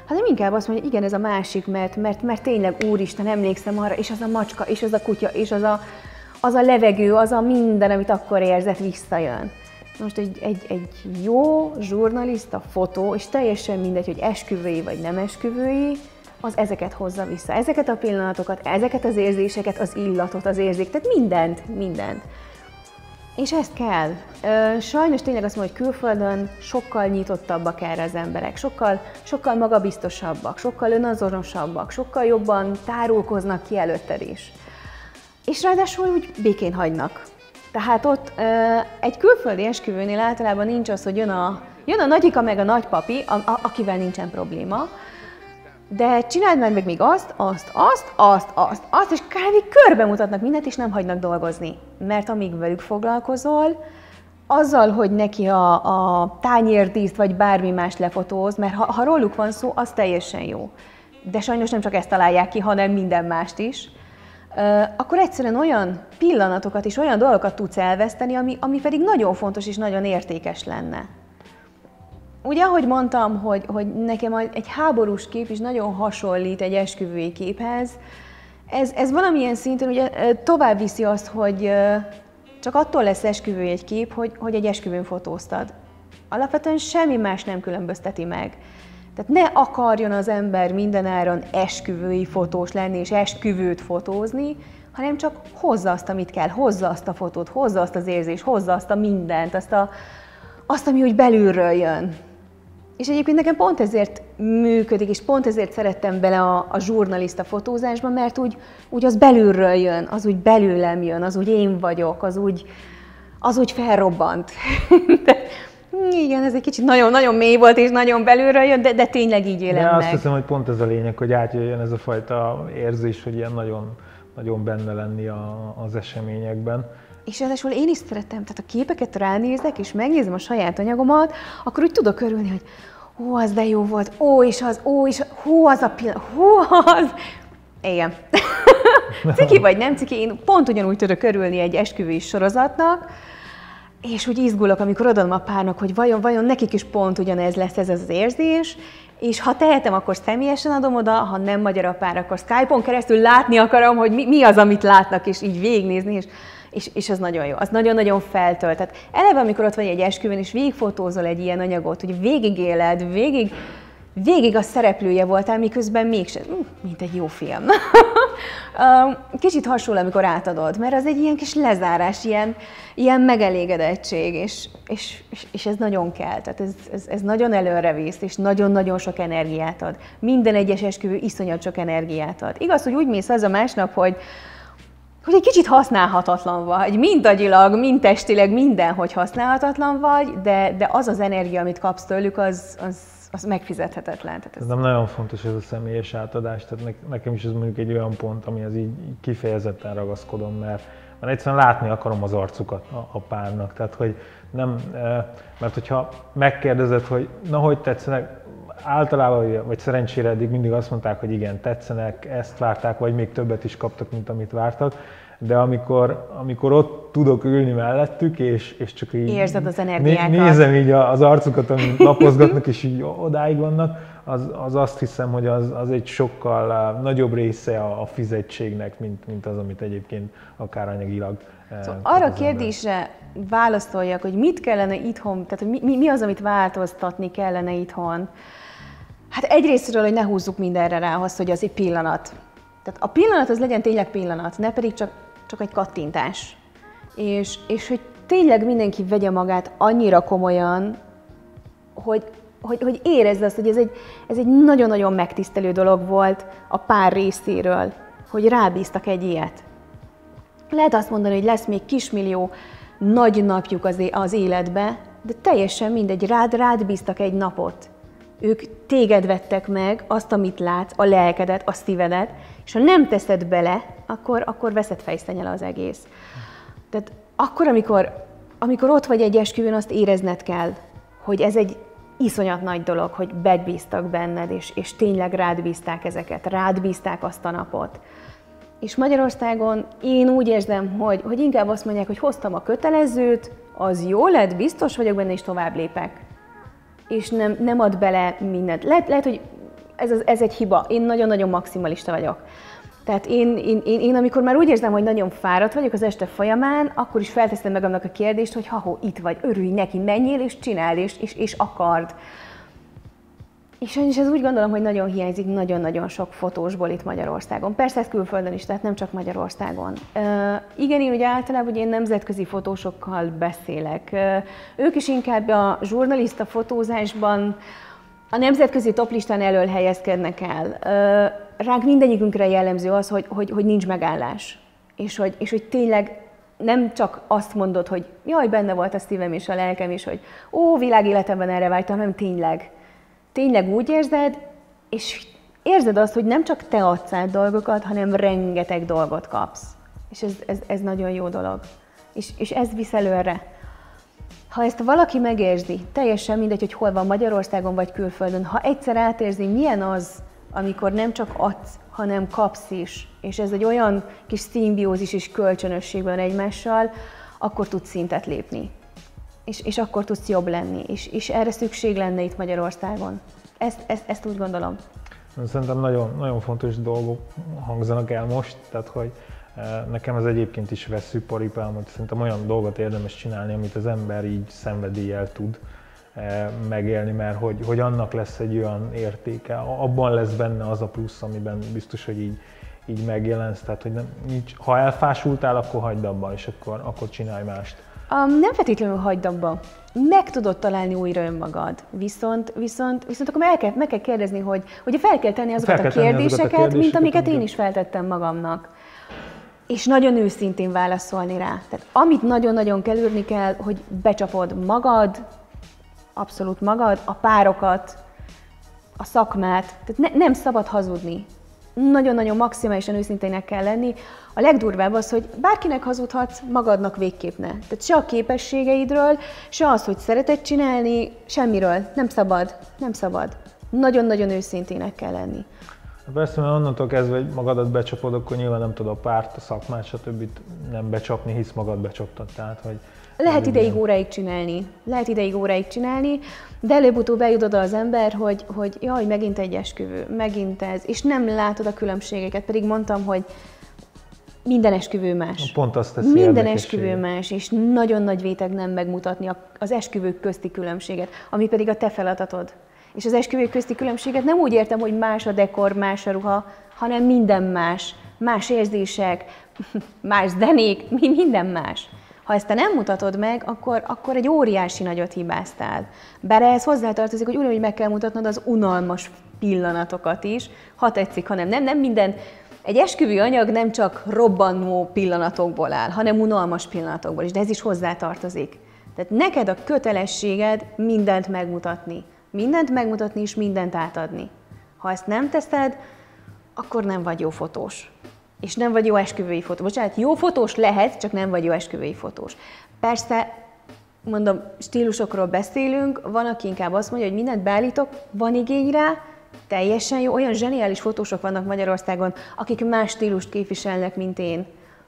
hanem inkább azt mondja, hogy igen, ez a másik, mert, mert, mert tényleg úristen, emlékszem arra, és az a macska, és az a kutya, és az a, az a levegő, az a minden, amit akkor érzett, visszajön. Most egy, egy, egy jó zsurnalista fotó, és teljesen mindegy, hogy esküvői vagy nem esküvői, az ezeket hozza vissza. Ezeket a pillanatokat, ezeket az érzéseket, az illatot, az érzék, tehát mindent, mindent. És ezt kell. Sajnos tényleg azt mondom, hogy külföldön sokkal nyitottabbak erre az emberek, sokkal, sokkal magabiztosabbak, sokkal önazonosabbak, sokkal jobban tárulkoznak ki előtted is. És ráadásul úgy békén hagynak. Tehát ott egy külföldi esküvőnél általában nincs az, hogy jön a, jön a nagyika meg a nagypapi, a, a, akivel nincsen probléma, de csináld már meg még azt, azt, azt, azt, azt, azt, és kb. Körbe mutatnak mindent, és nem hagynak dolgozni. Mert amíg velük foglalkozol, azzal, hogy neki a, a tányérdíszt vagy bármi más lefotóz, mert ha, ha róluk van szó, az teljesen jó. De sajnos nem csak ezt találják ki, hanem minden mást is. Uh, akkor egyszerűen olyan pillanatokat és olyan dolgokat tudsz elveszteni, ami, ami pedig nagyon fontos és nagyon értékes lenne. Ugye, ahogy mondtam, hogy, hogy nekem egy háborús kép is nagyon hasonlít egy esküvői képhez, ez, ez valamilyen szinten ugye tovább viszi azt, hogy csak attól lesz esküvői egy kép, hogy, hogy egy esküvőn fotóztad. Alapvetően semmi más nem különbözteti meg. Tehát ne akarjon az ember mindenáron esküvői fotós lenni és esküvőt fotózni, hanem csak hozza azt, amit kell, hozza azt a fotót, hozza azt az érzést, hozza azt a mindent, azt, a, azt ami úgy belülről jön. És egyébként nekem pont ezért működik, és pont ezért szerettem bele a, a zsurnalista fotózásba, mert úgy, úgy az belülről jön, az úgy belőlem jön, az úgy én vagyok, az úgy, az úgy felrobbant. De, igen, ez egy kicsit nagyon-nagyon mély volt, és nagyon belülről jön, de, de tényleg így élem de meg. Azt hiszem, hogy pont ez a lényeg, hogy átjöjjön ez a fajta érzés, hogy ilyen nagyon, nagyon benne lenni a, az eseményekben. És ráadásul én is szeretem, tehát a képeket ránézek, és megnézem a saját anyagomat, akkor úgy tudok örülni, hogy ó, az de jó volt, ó, és az, ó, és hú, az a pillanat, hú, az... Igen. Ciki vagy nem ciki, én pont ugyanúgy tudok örülni egy esküvői sorozatnak, és úgy izgulok, amikor odaadom a párnak, hogy vajon, vajon nekik is pont ugyanez lesz ez az érzés, és ha tehetem, akkor személyesen adom oda, ha nem magyar a pár, akkor Skype-on keresztül látni akarom, hogy mi, mi az, amit látnak, és így végignézni, és És, és az nagyon jó, az nagyon-nagyon feltölt. Tehát eleve, amikor ott vagy egy esküvőn, és végigfotózol egy ilyen anyagot, hogy végigéled, végig, végig a szereplője voltál, miközben mégsem, mint egy jó film. Kicsit hasonló, amikor átadod, mert az egy ilyen kis lezárás, ilyen, ilyen megelégedettség, és, és, és ez nagyon kell. Tehát ez, ez, ez nagyon előre visz, és nagyon-nagyon sok energiát ad. Minden egyes esküvő iszonyat sok energiát ad. Igaz, hogy úgy mész az a másnap, hogy hogy egy kicsit használhatatlan vagy, mind agyilag, mind testileg, mindenhogy használhatatlan vagy, de, de az az energia, amit kapsz tőlük, az, az, az megfizethetetlen. Tehát ez nem nagyon fontos ez a személyes átadás, tehát nekem is ez mondjuk egy olyan pont, amihez így kifejezetten ragaszkodom, mert, mert egyszerűen látni akarom az arcukat a, a párnak, tehát hogy nem, mert hogyha megkérdezed, hogy na hogy tetszenek, általában, vagy szerencsére eddig mindig azt mondták, hogy igen, tetszenek, ezt várták, vagy még többet is kaptak, mint amit vártak. De amikor, amikor ott tudok ülni mellettük, és, és csak így érzed az energiákat. Nézem így az arcukat, amit lapozgatnak, és így odáig vannak, az, az azt hiszem, hogy az, az egy sokkal nagyobb része a, a fizetségnek, mint, mint az, amit egyébként akár anyagilag. Szóval arra a kérdésre válaszoljak, hogy mit kellene itthon, tehát mi, mi az, amit változtatni kellene itthon. Hát egyrésztről, hogy ne húzzuk mindenre rá azt, hogy az egy pillanat. Tehát a pillanat az legyen tényleg pillanat, ne pedig csak, csak egy kattintás. És, és hogy tényleg mindenki vegye magát annyira komolyan, hogy, hogy, hogy érezze azt, hogy ez egy, ez egy nagyon-nagyon megtisztelő dolog volt a pár részéről, hogy rábíztak egy ilyet. Lehet azt mondani, hogy lesz még kismillió nagy napjuk az, az életbe, de teljesen mindegy, rád, rád bíztak egy napot. Ők téged vettek meg, azt, amit látsz, a lelkedet, a szívedet, és ha nem teszed bele, akkor, akkor veszed fejszennyel az egész. Tehát akkor, amikor, amikor ott vagy egy esküvőn, azt érezned kell, hogy ez egy iszonyat nagy dolog, hogy megbíztak benned, és, és tényleg rád bízták ezeket, rád bízták azt a napot. És Magyarországon én úgy érzem, hogy, hogy inkább azt mondják, hogy hoztam a kötelezőt, az jó lett, biztos vagyok benne, és tovább lépek. És nem, nem ad bele mindent. Lehet, lehet, hogy ez, az, ez egy hiba. Én nagyon-nagyon maximalista vagyok. Tehát én, én, én, én, amikor már úgy érzem, hogy nagyon fáradt vagyok az este folyamán, akkor is felteszem meg annak a kérdést, hogy ha-hó, itt vagy, örülj neki, menjél és csináld, és, és, és akard. És sajnos ez úgy gondolom, hogy nagyon hiányzik nagyon-nagyon sok fotósból itt Magyarországon. Persze ez külföldön is, tehát nem csak Magyarországon. Uh, igen, én ugye általában ugye én nemzetközi fotósokkal beszélek. Uh, ők is inkább a zsurnalista fotózásban a nemzetközi toplistán elől helyezkednek el. Uh, ránk mindegyikünkre jellemző az, hogy, hogy, hogy nincs megállás. És hogy, és hogy tényleg nem csak azt mondod, hogy jaj, benne volt a szívem és a lelkem, és hogy ó, világéletemben erre vágytam, hanem tényleg. Tényleg úgy érzed, és érzed azt, hogy nem csak te adsz át dolgokat, hanem rengeteg dolgot kapsz. És ez, ez, ez nagyon jó dolog. És, és ez visz előre. Ha ezt valaki megérzi, teljesen mindegy, hogy hol van, Magyarországon vagy külföldön, ha egyszer átérzi, milyen az, amikor nem csak adsz, hanem kapsz is, és ez egy olyan kis szimbiózis és kölcsönösség van egymással, akkor tudsz szintet lépni. És, és akkor tudsz jobb lenni, és, és erre szükség lenne itt Magyarországon. Ezt, ezt, ezt úgy gondolom. Szerintem nagyon, nagyon fontos dolgok hangzanak el most, tehát hogy nekem ez egyébként is vesszőparipám, hogy szerintem olyan dolgot érdemes csinálni, amit az ember így szenvedéllyel tud megélni, mert hogy, hogy annak lesz egy olyan értéke, abban lesz benne az a plusz, amiben biztos, hogy így, így megjelensz, tehát hogy nem, nincs, ha elfásultál, akkor hagyd abba, és akkor, akkor csinálj mást. Um, nem feltétlenül hagyd abba. Meg tudod találni újra önmagad. Viszont, viszont, viszont akkor meg kell, meg kell kérdezni, hogy, hogy fel kell tenni azokat, fel a, kérdéseket, azokat a kérdéseket, mint amiket én is feltettem magamnak. És nagyon őszintén válaszolni rá. Tehát amit nagyon-nagyon kell űrni kell, hogy becsapod magad, abszolút magad, a párokat, a szakmát. Tehát ne, nem szabad hazudni. Nagyon-nagyon maximálisan őszintének kell lenni. A legdurvább az, hogy bárkinek hazudhatsz, magadnak végképp ne. Tehát se a képességeidről, se az, hogy szereted csinálni, semmiről. Nem szabad. Nem szabad. Nagyon-nagyon őszintének kell lenni. Persze, mert onnantól kezdve, hogy magadat becsapod, akkor nyilván nem tudod a párt, a szakmát, stb. Nem becsapni, hisz magad becsaptad. Tehát, hogy lehet ideig óráig csinálni, lehet ideig óráig csinálni, de előbb-utóbb eljut oda az ember, hogy, hogy jaj, megint egy esküvő, megint ez, és nem látod a különbségeket, pedig mondtam, hogy minden esküvő más. Pont azt teszi Minden esküvő más, és nagyon nagy véteg nem megmutatni az esküvők közti különbséget, ami pedig a te feladatod. És az esküvők közti különbséget nem úgy értem, hogy más a dekor, más a ruha, hanem minden más. Más érzések, más zenék, minden más. Ha ezt te nem mutatod meg, akkor, akkor egy óriási nagyot hibáztál. Bár ehhez hozzátartozik, hogy ugyanúgy meg kell mutatnod az unalmas pillanatokat is, ha tetszik, hanem nem, nem minden. Egy esküvő anyag nem csak robbanó pillanatokból áll, hanem unalmas pillanatokból is, de ez is hozzátartozik. Tehát neked a kötelességed mindent megmutatni. Mindent megmutatni és mindent átadni. Ha ezt nem teszed, akkor nem vagy jó fotós. És nem vagy jó esküvői fotós. Bocsánat, jó fotós lehet, csak nem vagy jó esküvői fotós. Persze, mondom, stílusokról beszélünk, van, aki inkább azt mondja, hogy mindent beállítok, van igény rá, teljesen jó, olyan zseniális fotósok vannak Magyarországon, akik más stílust képviselnek, mint én.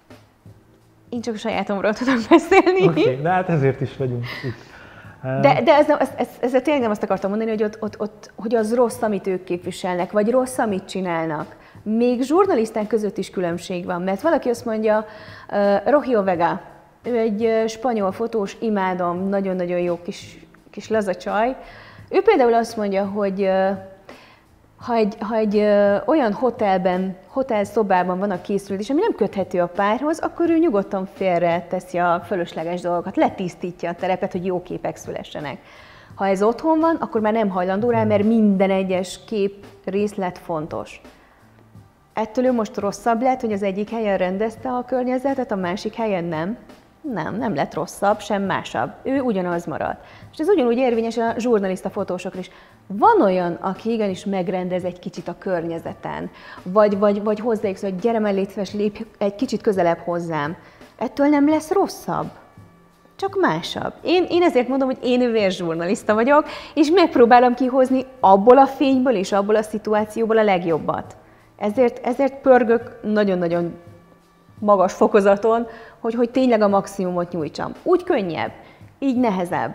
Én csak a sajátomról tudok beszélni. Oké, okay, de hát ezért is vagyunk itt. De, de ez, ez, ez, ezzel tényleg nem azt akartam mondani, hogy, ott, ott, ott, hogy az rossz, amit ők képviselnek, vagy rossz, amit csinálnak. Még zsurnaliszták között is különbség van, mert valaki azt mondja, uh, Rohio Vega, ő egy uh, spanyol fotós, imádom, nagyon-nagyon jó kis, kis laza csaj. Ő például azt mondja, hogy uh, ha egy, ha egy uh, olyan hotelben, hotel szobában van a készülés, ami nem köthető a párhoz, akkor ő nyugodtan félre teszi a fölösleges dolgokat, letisztítja a terepet, hogy jó képek szülessenek. Ha ez otthon van, akkor már nem hajlandó rá, mert minden egyes kép részlet fontos. Ettől ő most rosszabb lett, hogy az egyik helyen rendezte a környezetet, a másik helyen nem. Nem, nem lett rosszabb, sem másabb. Ő ugyanaz marad. És ez ugyanúgy érvényes a zsurnalista fotósokra is. Van olyan, aki igenis megrendez egy kicsit a környezeten, vagy, vagy, vagy hozzájuk szól, hogy gyere mellé, légy szíves, lépj egy kicsit közelebb hozzám. Ettől nem lesz rosszabb, csak másabb. Én, én ezért mondom, hogy én vérzsurnalista vagyok, és megpróbálom kihozni abból a fényből és abból a szituációból a legjobbat. Ezért, ezért pörgök nagyon-nagyon magas fokozaton, hogy, hogy tényleg a maximumot nyújtsam. Úgy könnyebb, így nehezebb.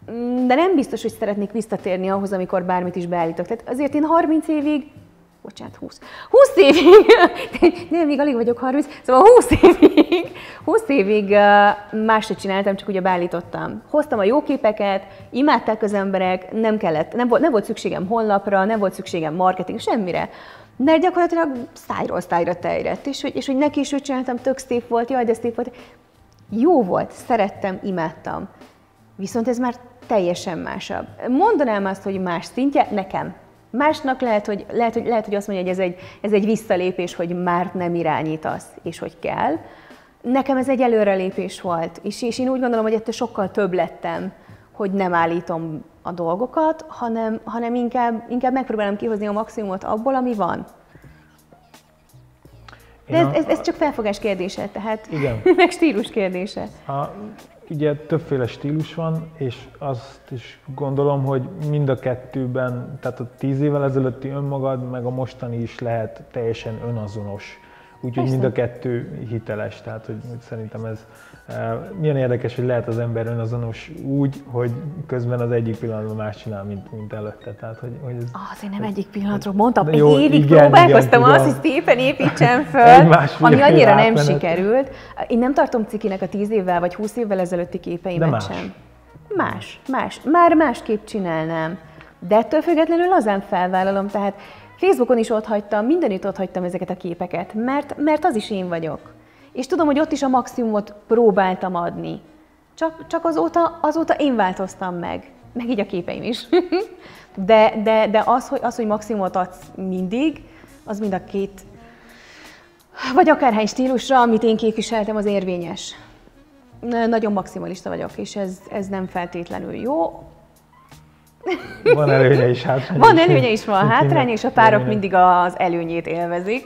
de nem biztos, hogy szeretnék visszatérni ahhoz, amikor bármit is beállítok. Tehát azért én harminc évig, bocsánat, húsz. húsz évig, nem, még alig vagyok harminc, szóval húsz évig, húsz évig más se csináltam, csak ugye beállítottam. Hoztam a jó képeket, imádták az emberek, nem kellett, nem volt, nem volt szükségem honlapra, nem volt szükségem marketing, semmire. De gyakorlatilag sztájról sztájra terjedt, és hogy, és hogy neki is, hogy csináltam, tök szép volt, jaj, de szép volt. Jó volt, szerettem, imádtam. Viszont ez már teljesen másabb. Mondanám azt, hogy más szintje, nekem. Másnak lehet, hogy, lehet, hogy, lehet, hogy azt mondja, hogy ez egy, ez egy visszalépés, hogy már nem irányítasz, és hogy kell. Nekem ez egy előrelépés volt, és, és én úgy gondolom, hogy ettől sokkal több lettem, hogy nem állítom a dolgokat, hanem, hanem inkább, inkább megpróbálom kihozni a maximumot abból, ami van. De ez, ez, ez csak felfogás kérdése, tehát igen. Meg stílus kérdése. A, ugye többféle stílus van, és azt is gondolom, hogy mind a kettőben, tehát a tíz évvel ezelőtti önmagad, meg a mostani is lehet teljesen önazonos. Úgyhogy mind a kettő hiteles, tehát hogy, hogy szerintem ez milyen érdekes, hogy lehet az ember önazonos úgy, hogy közben az egyik pillanatban más csinál, mint, mint előtte. Tehát, hogy, hogy ez, ah, azért nem egyik pillanatról mondtam, egy jó, évig igen, próbálkoztam igen, azt, hogy szépen építsem föl, ami annyira nem átmenet. sikerült. Én nem tartom cikinek a tíz évvel vagy húsz évvel ezelőtti képeimet más. sem. Más, más. Már másképp csinálnám. De ettől függetlenül lazán felvállalom, tehát Facebookon is ott hagytam, mindenütt ott hagytam ezeket a képeket, mert, mert az is én vagyok. És tudom, hogy ott is a maximumot próbáltam adni. Csak, csak azóta, azóta én változtam meg. Meg így a képeim is. De, de, de az, hogy, az, hogy maximumot adsz mindig, az mind a két, vagy akárhány stílusra, amit én képviseltem, az érvényes. Nagyon maximalista vagyok, és ez, ez nem feltétlenül jó. Van előnye is, hátránya Van előnye is, van hátránya, és a párok mindig az előnyét élvezik.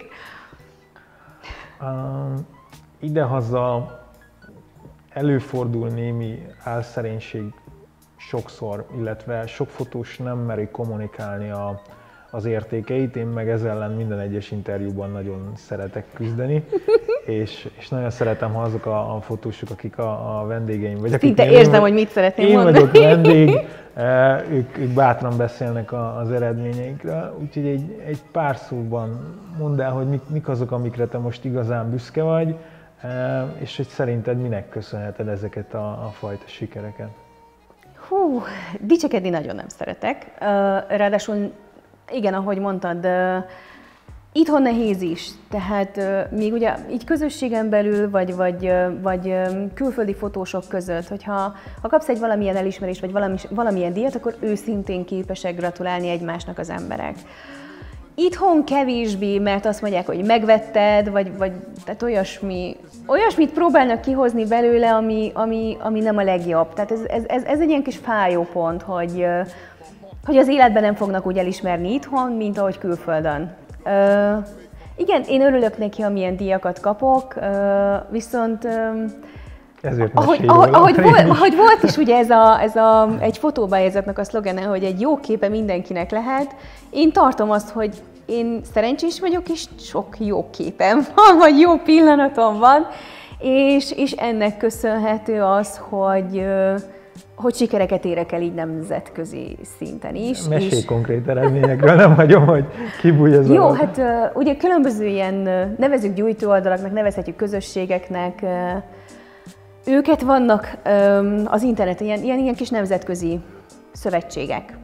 Um, idehaza előfordul némi álszerénység sokszor, illetve sok fotós nem meri kommunikálni a, az értékeit, én meg ezzel ellen minden egyes interjúban nagyon szeretek küzdeni, és, és nagyon szeretem, ha azok a, a fotósok, akik a, a vendégeim vagy. Szinte érzem, hogy mit szeretném én mondani. Én vagyok vendég, ők, ők bátran beszélnek a, az eredményeikről, úgyhogy egy, egy pár szóban mondd el, hogy mik, mik azok, amikre te most igazán büszke vagy, és hogy szerinted minek köszönheted ezeket a, a fajta sikereket? Hú, dicsekedni nagyon nem szeretek. Ráadásul, igen, ahogy mondtad, itthon nehéz is. Tehát még ugye így közösségen belül, vagy, vagy, vagy külföldi fotósok között, hogyha ha kapsz egy valamilyen elismerést, vagy valami, valamilyen díjat, akkor őszintén képesek gratulálni egymásnak az emberek. Itthon kevésbé, mert azt mondják, hogy megvetted, vagy, vagy tehát olyasmi, olyasmit próbálnak kihozni belőle, ami, ami, ami nem a legjobb. Tehát ez, ez, ez, ez egy ilyen kis fájó pont, hogy, hogy az életben nem fognak úgy elismerni itthon, mint ahogy külföldön. Uh, igen, én örülök neki, amilyen díjakat kapok, uh, viszont uh, Ezért ahogy, ahogy, ahogy, volt, ahogy volt is ugye ez, a, ez a, egy fotóbályázatnak a szlogene, hogy egy jó képe mindenkinek lehet, én tartom azt, hogy én szerencsés vagyok, és sok jó képem van, vagy jó pillanatom van, és, és ennek köszönhető az, hogy, hogy sikereket érek el így nemzetközi szinten is. Mesélj és... konkrét eredményekről, nem hagyom, hogy kibújj ez Jó, alatt. hát ugye különböző ilyen, nevezzük gyújtóoldalaknak, nevezhetjük közösségeknek, őket vannak az interneten, ilyen, ilyen, ilyen kis nemzetközi szövetségek.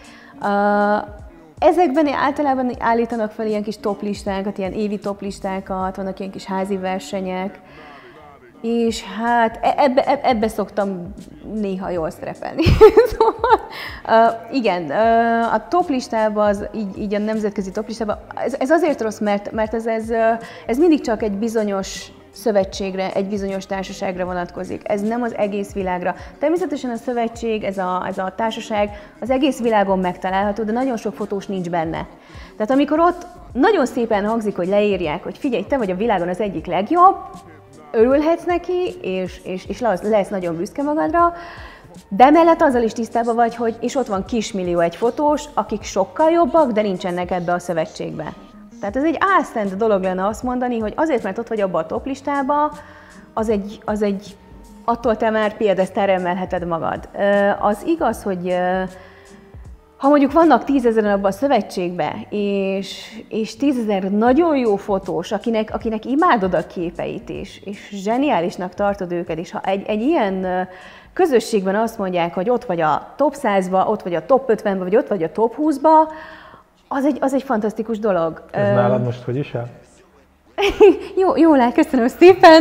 Ezekben általában állítanak fel ilyen kis toplistákat, ilyen évi toplistákat, vannak ilyen kis házi versenyek, és hát ebbe, ebbe szoktam néha jól szerepelni. Szóval, uh, igen, uh, a toplistában, az, így, így a nemzetközi toplistában, ez, ez azért rossz, mert, mert ez, ez, ez mindig csak egy bizonyos szövetségre, egy bizonyos társaságra vonatkozik. Ez nem az egész világra. Természetesen a szövetség, ez a, ez a társaság az egész világon megtalálható, de nagyon sok fotós nincs benne. Tehát amikor ott nagyon szépen hangzik, hogy leírják, hogy figyelj, te vagy a világon az egyik legjobb, örülhetsz neki, és, és, és lesz nagyon büszke magadra, de mellett azzal is tisztában vagy, hogy és ott van kismillió egy fotós, akik sokkal jobbak, de nincsenek ebbe a szövetségbe. Tehát ez egy álszent dolog lenne azt mondani, hogy azért, mert ott vagy abban a toplistában, az egy, az egy attól te már piedesztálra emelheted magad. Az igaz, hogy ha mondjuk vannak tízezeren abban a szövetségben, és, és tízezer nagyon jó fotós, akinek, akinek imádod a képeit is, és zseniálisnak tartod őket, és ha egy, egy ilyen közösségben azt mondják, hogy ott vagy a top százba, ott vagy a top ötvenbe, vagy ott vagy a top húszba, az egy, az egy fantasztikus dolog. Ez uh, nálad most hogy is áll? jó, jól áll, köszönöm szépen.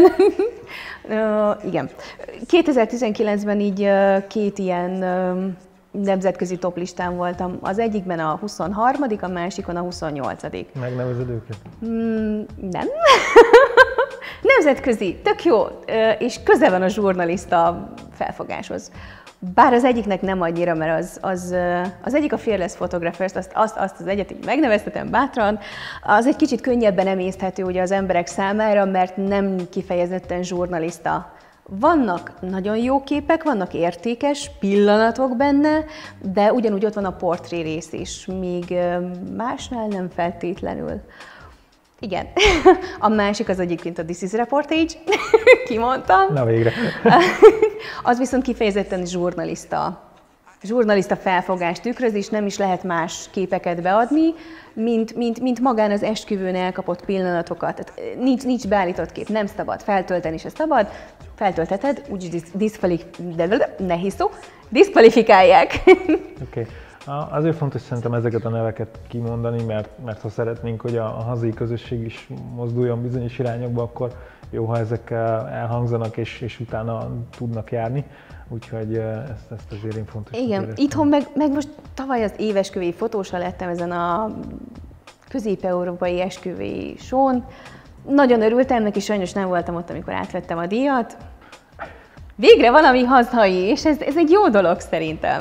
uh, igen. kétezer-tizenkilencben így uh, két ilyen uh, nemzetközi toplistán voltam. Az egyikben a huszonharmadik, a másikon a huszonnyolcadik. Megnevezed őket? Mm, nem. Nemzetközi, tök jó, és köze van a zsurnalista felfogáshoz. Bár az egyiknek nem annyira, mert az, az, az egyik a Fearless Photographers, azt, azt, azt az egyet így megneveztetem bátran, az egy kicsit könnyebben emészthető ugye az emberek számára, mert nem kifejezetten zsurnalista. Vannak nagyon jó képek, vannak értékes pillanatok benne, de ugyanúgy ott van a portré rész is, míg másnál nem feltétlenül. Igen. A másik az egyébként a This is Reportage, kimondtam. Na végre. Az viszont kifejezetten zsurnalista. Zsurnalista felfogást tükröz, és nem is lehet más képeket beadni, mint, mint, mint magán az esküvőn elkapott pillanatokat. Tehát nincs, nincs beállított kép, nem szabad, feltölteni se szabad, feltöltheted, úgyis diszkvalif... nehéz szó, diszkvalifikálják. Okay. Azért fontos szerintem ezeket a neveket kimondani, mert, mert ha szeretnénk, hogy a, a hazai közösség is mozduljon bizonyos irányokba, akkor jó, ha ezek elhangzanak és, és utána tudnak járni. Úgyhogy ezt, ezt azért én fontos. Igen, itthon meg, meg most tavaly az évesküvői fotósa lettem ezen a közép-európai esküvői són. Nagyon örültem neki, sajnos nem voltam ott, amikor átvettem a díjat. Végre valami hazai, és ez, ez egy jó dolog szerintem.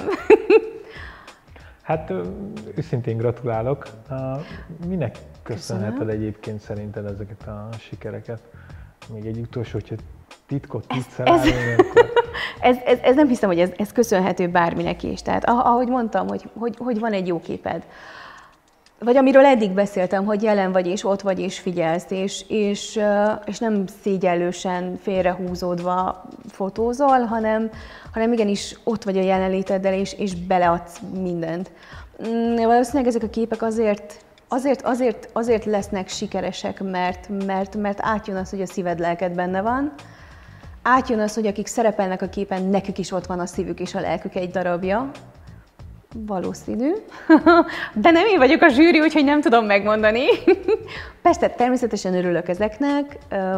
Hát őszintén gratulálok. Minek köszönheted egyébként szerinted ezeket a sikereket? Még egy utolsó, hogyha titkot tudsz elállni, akkor... ez, ez, ez nem hiszem, hogy ez, ez köszönhető bárminek is. Tehát ahogy mondtam, hogy, hogy, hogy van egy jó képed. Vagy amiről eddig beszéltem, hogy jelen vagy, és ott vagy, és figyelsz, és, és, és nem szégyellősen félrehúzódva fotózol, hanem, hanem igenis ott vagy a jelenléteddel, és, és beleadsz mindent. Valószínűleg ezek a képek azért, azért, azért, azért lesznek sikeresek, mert, mert, mert átjön az, hogy a szíved, lelked benne van. Átjön az, hogy akik szerepelnek a képen, nekük is ott van a szívük és a lelkük egy darabja. Valószínű. De nem én vagyok a zsűri, úgyhogy nem tudom megmondani. Persze, természetesen örülök ezeknek.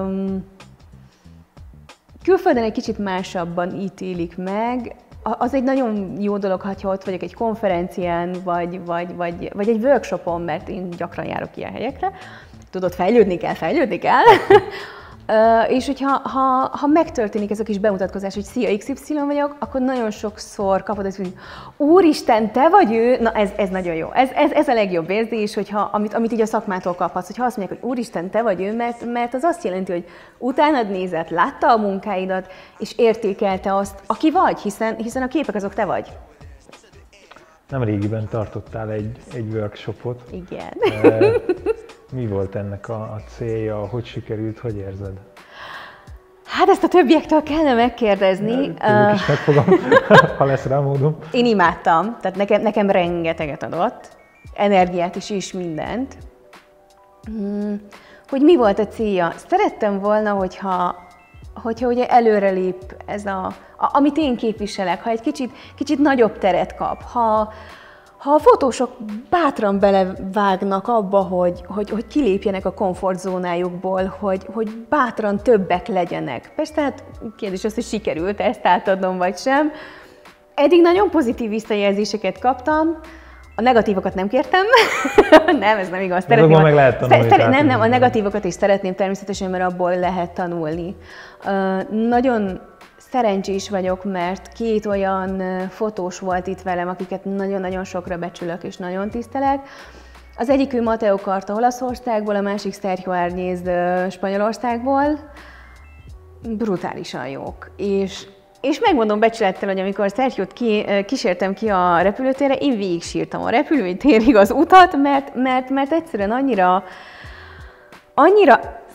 Külföldön egy kicsit másabban ítélik meg. Az egy nagyon jó dolog, ha ott vagyok egy konferencián, vagy, vagy, vagy, vagy egy workshopon, mert én gyakran járok ilyen helyekre. Tudod, fejlődni kell, fejlődni kell. Uh, és hogyha ha, ha megtörténik ez a kis bemutatkozás, hogy szia, iksz ipszilon vagyok, akkor nagyon sokszor kapod ezt, hogy úristen, te vagy ő, na ez, ez nagyon jó. Ez, ez, ez a legjobb érzés, hogyha, amit, amit így a szakmától kaphatsz, hogyha azt mondják, hogy úristen, te vagy ő, mert, mert az azt jelenti, hogy utánad nézett, látta a munkáidat, és értékelte azt, aki vagy, hiszen, hiszen a képek azok te vagy. Nem régiben tartottál egy, egy workshopot. Igen. E, mi volt ennek a, a célja, hogy sikerült, hogy érzed? Hát ezt a többiektől kellene megkérdezni. Tőlük is megfogom, ha lesz rá módom. Én imádtam, tehát nekem, nekem rengeteget adott, energiát is, és mindent. Hmm. Hogy mi volt a célja? Szerettem volna, hogyha, hogyha ugye előrelép ez a, a, amit én képviselek, ha egy kicsit, kicsit nagyobb teret kap, ha, ha a fotósok bátran belevágnak abba, hogy, hogy, hogy kilépjenek a komfortzónájukból, hogy, hogy bátran többek legyenek. Persze, hát kérdés az, hogy sikerült ezt átadnom, vagy sem. Eddig nagyon pozitív visszajelzéseket kaptam, a negatívokat nem kértem. Nem, ez nem igaz. Szeretném, meg lehet tanulni. Szere, nem, nem, a negatívokat is szeretném természetesen, mert abból lehet tanulni. Uh, nagyon szerencsés vagyok, mert két olyan fotós volt itt velem, akiket nagyon-nagyon sokra becsülök és nagyon tisztelek. Az egyik ő Mateo Carta Olaszországból, a másik Sergio Árnyéz Spanyolországból. Brutálisan jók. És, és megmondom becsülettel, hogy amikor Sergiót ki, kísértem ki a repülőtérre, én végig sírtam a repülőtérig az utat, mert, mert, mert egyszerűen annyira, annyira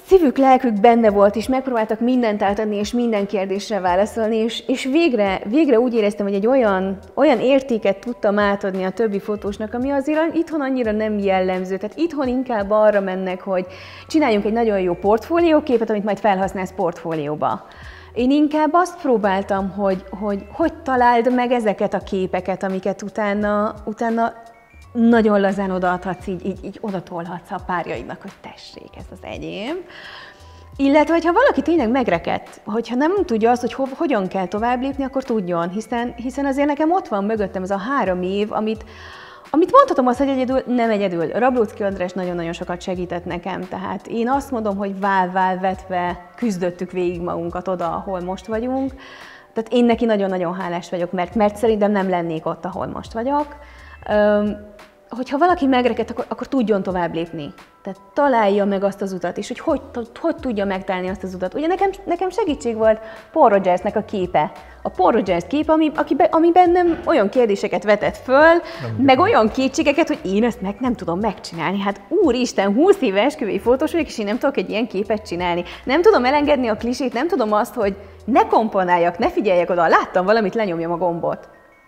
szívük, lelkük benne volt, és megpróbáltak mindent átadni, és minden kérdésre válaszolni, és, és végre, végre úgy éreztem, hogy egy olyan, olyan értéket tudtam átadni a többi fotósnak, ami azért itthon annyira nem jellemző. Tehát itthon inkább arra mennek, hogy csináljunk egy nagyon jó portfólióképet, amit majd felhasználsz portfólióba. Én inkább azt próbáltam, hogy hogy, hogy találd meg ezeket a képeket, amiket utána, utána nagyon lazán odaadhatsz, így, így, így odatolhatsz a párjaidnak, hogy tessék, ez az enyém. Illetve, hogyha valaki tényleg megrekedt, hogyha nem tudja azt, hogy ho, hogyan kell tovább lépni, akkor tudjon, hiszen, hiszen azért nekem ott van mögöttem ez a három év, amit, amit mondhatom azt, hogy egyedül, nem egyedül. Rablóczky András nagyon-nagyon sokat segített nekem, tehát én azt mondom, hogy vál-vál vetve küzdöttük végig magunkat oda, ahol most vagyunk. Tehát én neki nagyon-nagyon hálás vagyok, mert, mert szerintem nem lennék ott, ahol most vagyok. Üm, hogyha valaki megrekedt, akkor, akkor tudjon tovább lépni. Tehát találja meg azt az utat, és hogy hogy, hogy tudja megtalálni azt az utat. Ugye nekem, nekem segítség volt Paul Rogersnek a képe. A Paul Rogers kép, ami, ami bennem olyan kérdéseket vetett föl, nem meg tudom. Olyan kétségeket, hogy én ezt meg nem tudom megcsinálni. Hát úristen, húsz éve esküvői fotós vagyok, és én nem tudok egy ilyen képet csinálni. Nem tudom elengedni a klisét, nem tudom azt, hogy ne komponáljak, ne figyeljek oda, láttam valamit, lenyomjam a gombot.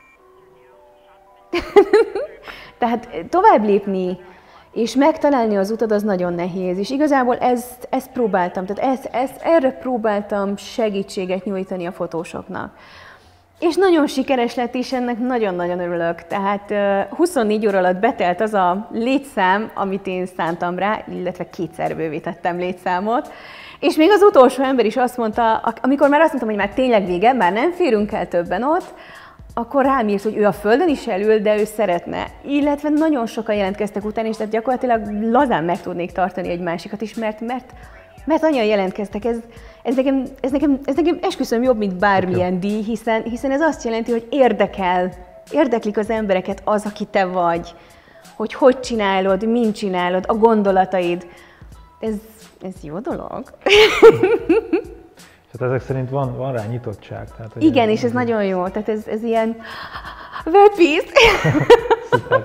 Tehát tovább lépni és megtalálni az utat az nagyon nehéz, és igazából ezt, ezt próbáltam, tehát ezt, ezt, erre próbáltam segítséget nyújtani a fotósoknak. És nagyon sikeres lett, és ennek nagyon-nagyon örülök. Tehát huszonnégy óra alatt betelt az a létszám, amit én szántam rá, illetve kétszer bővítettem létszámot. És még az utolsó ember is azt mondta, amikor már azt mondtam, hogy már tényleg vége, már nem férünk el többen ott, akkor rám írt, hogy ő a földön is elül, de ő szeretne. Illetve nagyon sokan jelentkeztek utána, és tehát gyakorlatilag lazán meg tudnék tartani egy másikat is, mert, mert, mert annyian jelentkeztek. Ez, ez, nekem, ez, nekem, ez nekem esküszöm jobb, mint bármilyen díj, hiszen, hiszen ez azt jelenti, hogy érdekel, érdeklik az embereket az, aki te vagy, hogy hogy csinálod, mint csinálod, a gondolataid. Ez, ez jó dolog. Tehát ezek szerint van, van rá nyitottság. Tehát, igen, és ez, ez nagyon jó. Tehát ez, ez ilyen world peace. Szuper.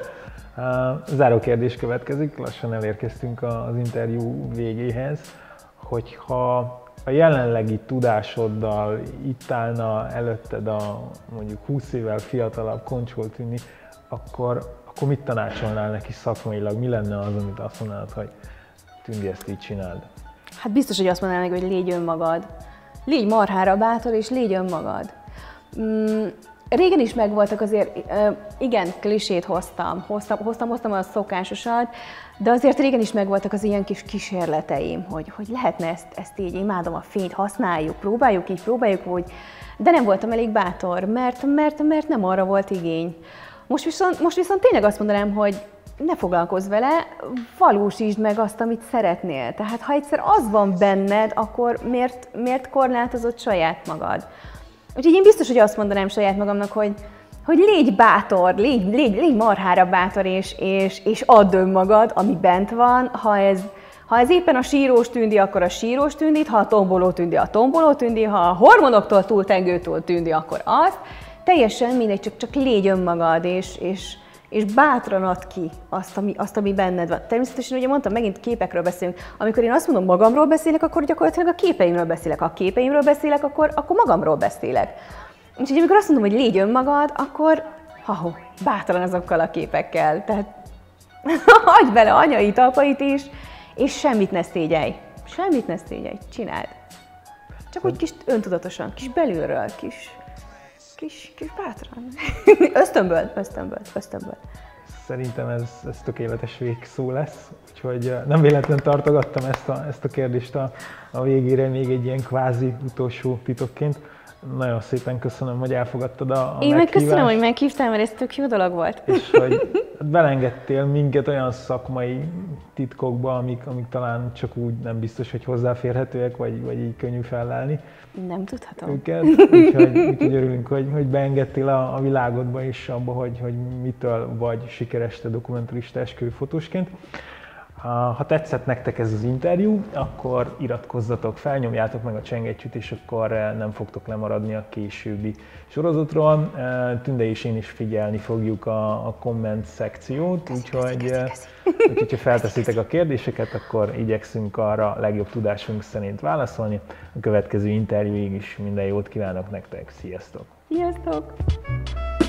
Záró kérdés következik, lassan elérkeztünk az interjú végéhez, hogyha a jelenlegi tudásoddal itt állna előtted a mondjuk húsz évvel fiatalabb Koncsol Tündi, akkor, akkor mit tanácsolnál neki szakmailag? Mi lenne az, amit azt mondanád, hogy Tündi, ezt így csináld? Hát biztos, hogy azt mondanám neki, hogy légy önmagad. Légy marhára bátor, és légy önmagad. Mm, régen is megvoltak azért, igen, klisét hoztam, hoztam, hoztam, hoztam a szokásosat, de azért régen is megvoltak az ilyen kis kísérleteim, hogy, hogy lehetne ezt, ezt így, imádom a fényt, használjuk, próbáljuk így, próbáljuk úgy, de nem voltam elég bátor, mert, mert, mert nem arra volt igény. Most viszont, most viszont tényleg azt mondanám, hogy ne foglalkozz vele, valósítsd meg azt, amit szeretnél. Tehát ha egyszer az van benned, akkor miért, miért korlátozod saját magad? Úgyhogy én biztos, hogy azt mondanám saját magamnak, hogy, hogy légy bátor, légy, légy, légy marhára bátor, és, és, és add önmagad, ami bent van. Ha ez, ha ez éppen a sírós Tündi, akkor a sírós Tündit, ha a tomboló Tündi, a tomboló Tündi, ha a hormonoktól túltengőtől Tündi, akkor azt. Teljesen mindegy, csak, csak légy önmagad, és, és és bátran add ki azt ami, azt, ami benned van. Természetesen, ugye mondtam, megint képekről beszélünk. Amikor én azt mondom, magamról beszélek, akkor gyakorlatilag a képeimről beszélek. Ha a képeimről beszélek, akkor, akkor magamról beszélek. Úgyhogy amikor azt mondom, hogy légy önmagad, akkor ha-ho, bátran azokkal a képekkel. Tehát adj bele anyait, apait is, és semmit ne szégyelj. Semmit ne szégyelj, csináld. Csak úgy kis öntudatosan, kis belülről, kis... Kis, kis bátran. ösztönből, ösztönből, ösztönből. Szerintem ez, ez tökéletes végszó lesz, úgyhogy nem véletlenül tartogattam ezt a, ezt a kérdést a, a végére, még egy ilyen kvázi utolsó titokként. Nagyon szépen köszönöm, hogy elfogadtad a, a Én meg köszönöm, hogy meghívtál, mert ez tök jó dolog volt. És hogy belengedtél minket olyan szakmai titkokba, amik, amik talán csak úgy nem biztos, hogy hozzáférhetőek, vagy, vagy így könnyű fellelni. Nem tudhatom. Őket. Úgyhogy, úgyhogy örülünk, hogy, hogy beengedtél a, a világodba is abba, hogy, hogy mitől vagy sikeres te dokumentarista esküvőfotósként. Ha tetszett nektek ez az interjú, akkor iratkozzatok fel, nyomjátok meg a csengettyűt, és akkor nem fogtok lemaradni a későbbi sorozatról. Tünde és én is figyelni fogjuk a, a komment szekciót, úgyhogy úgy, ha felteszitek a kérdéseket, akkor igyekszünk arra legjobb tudásunk szerint válaszolni. A következő interjúig is minden jót kívánok nektek, sziasztok! Sziasztok!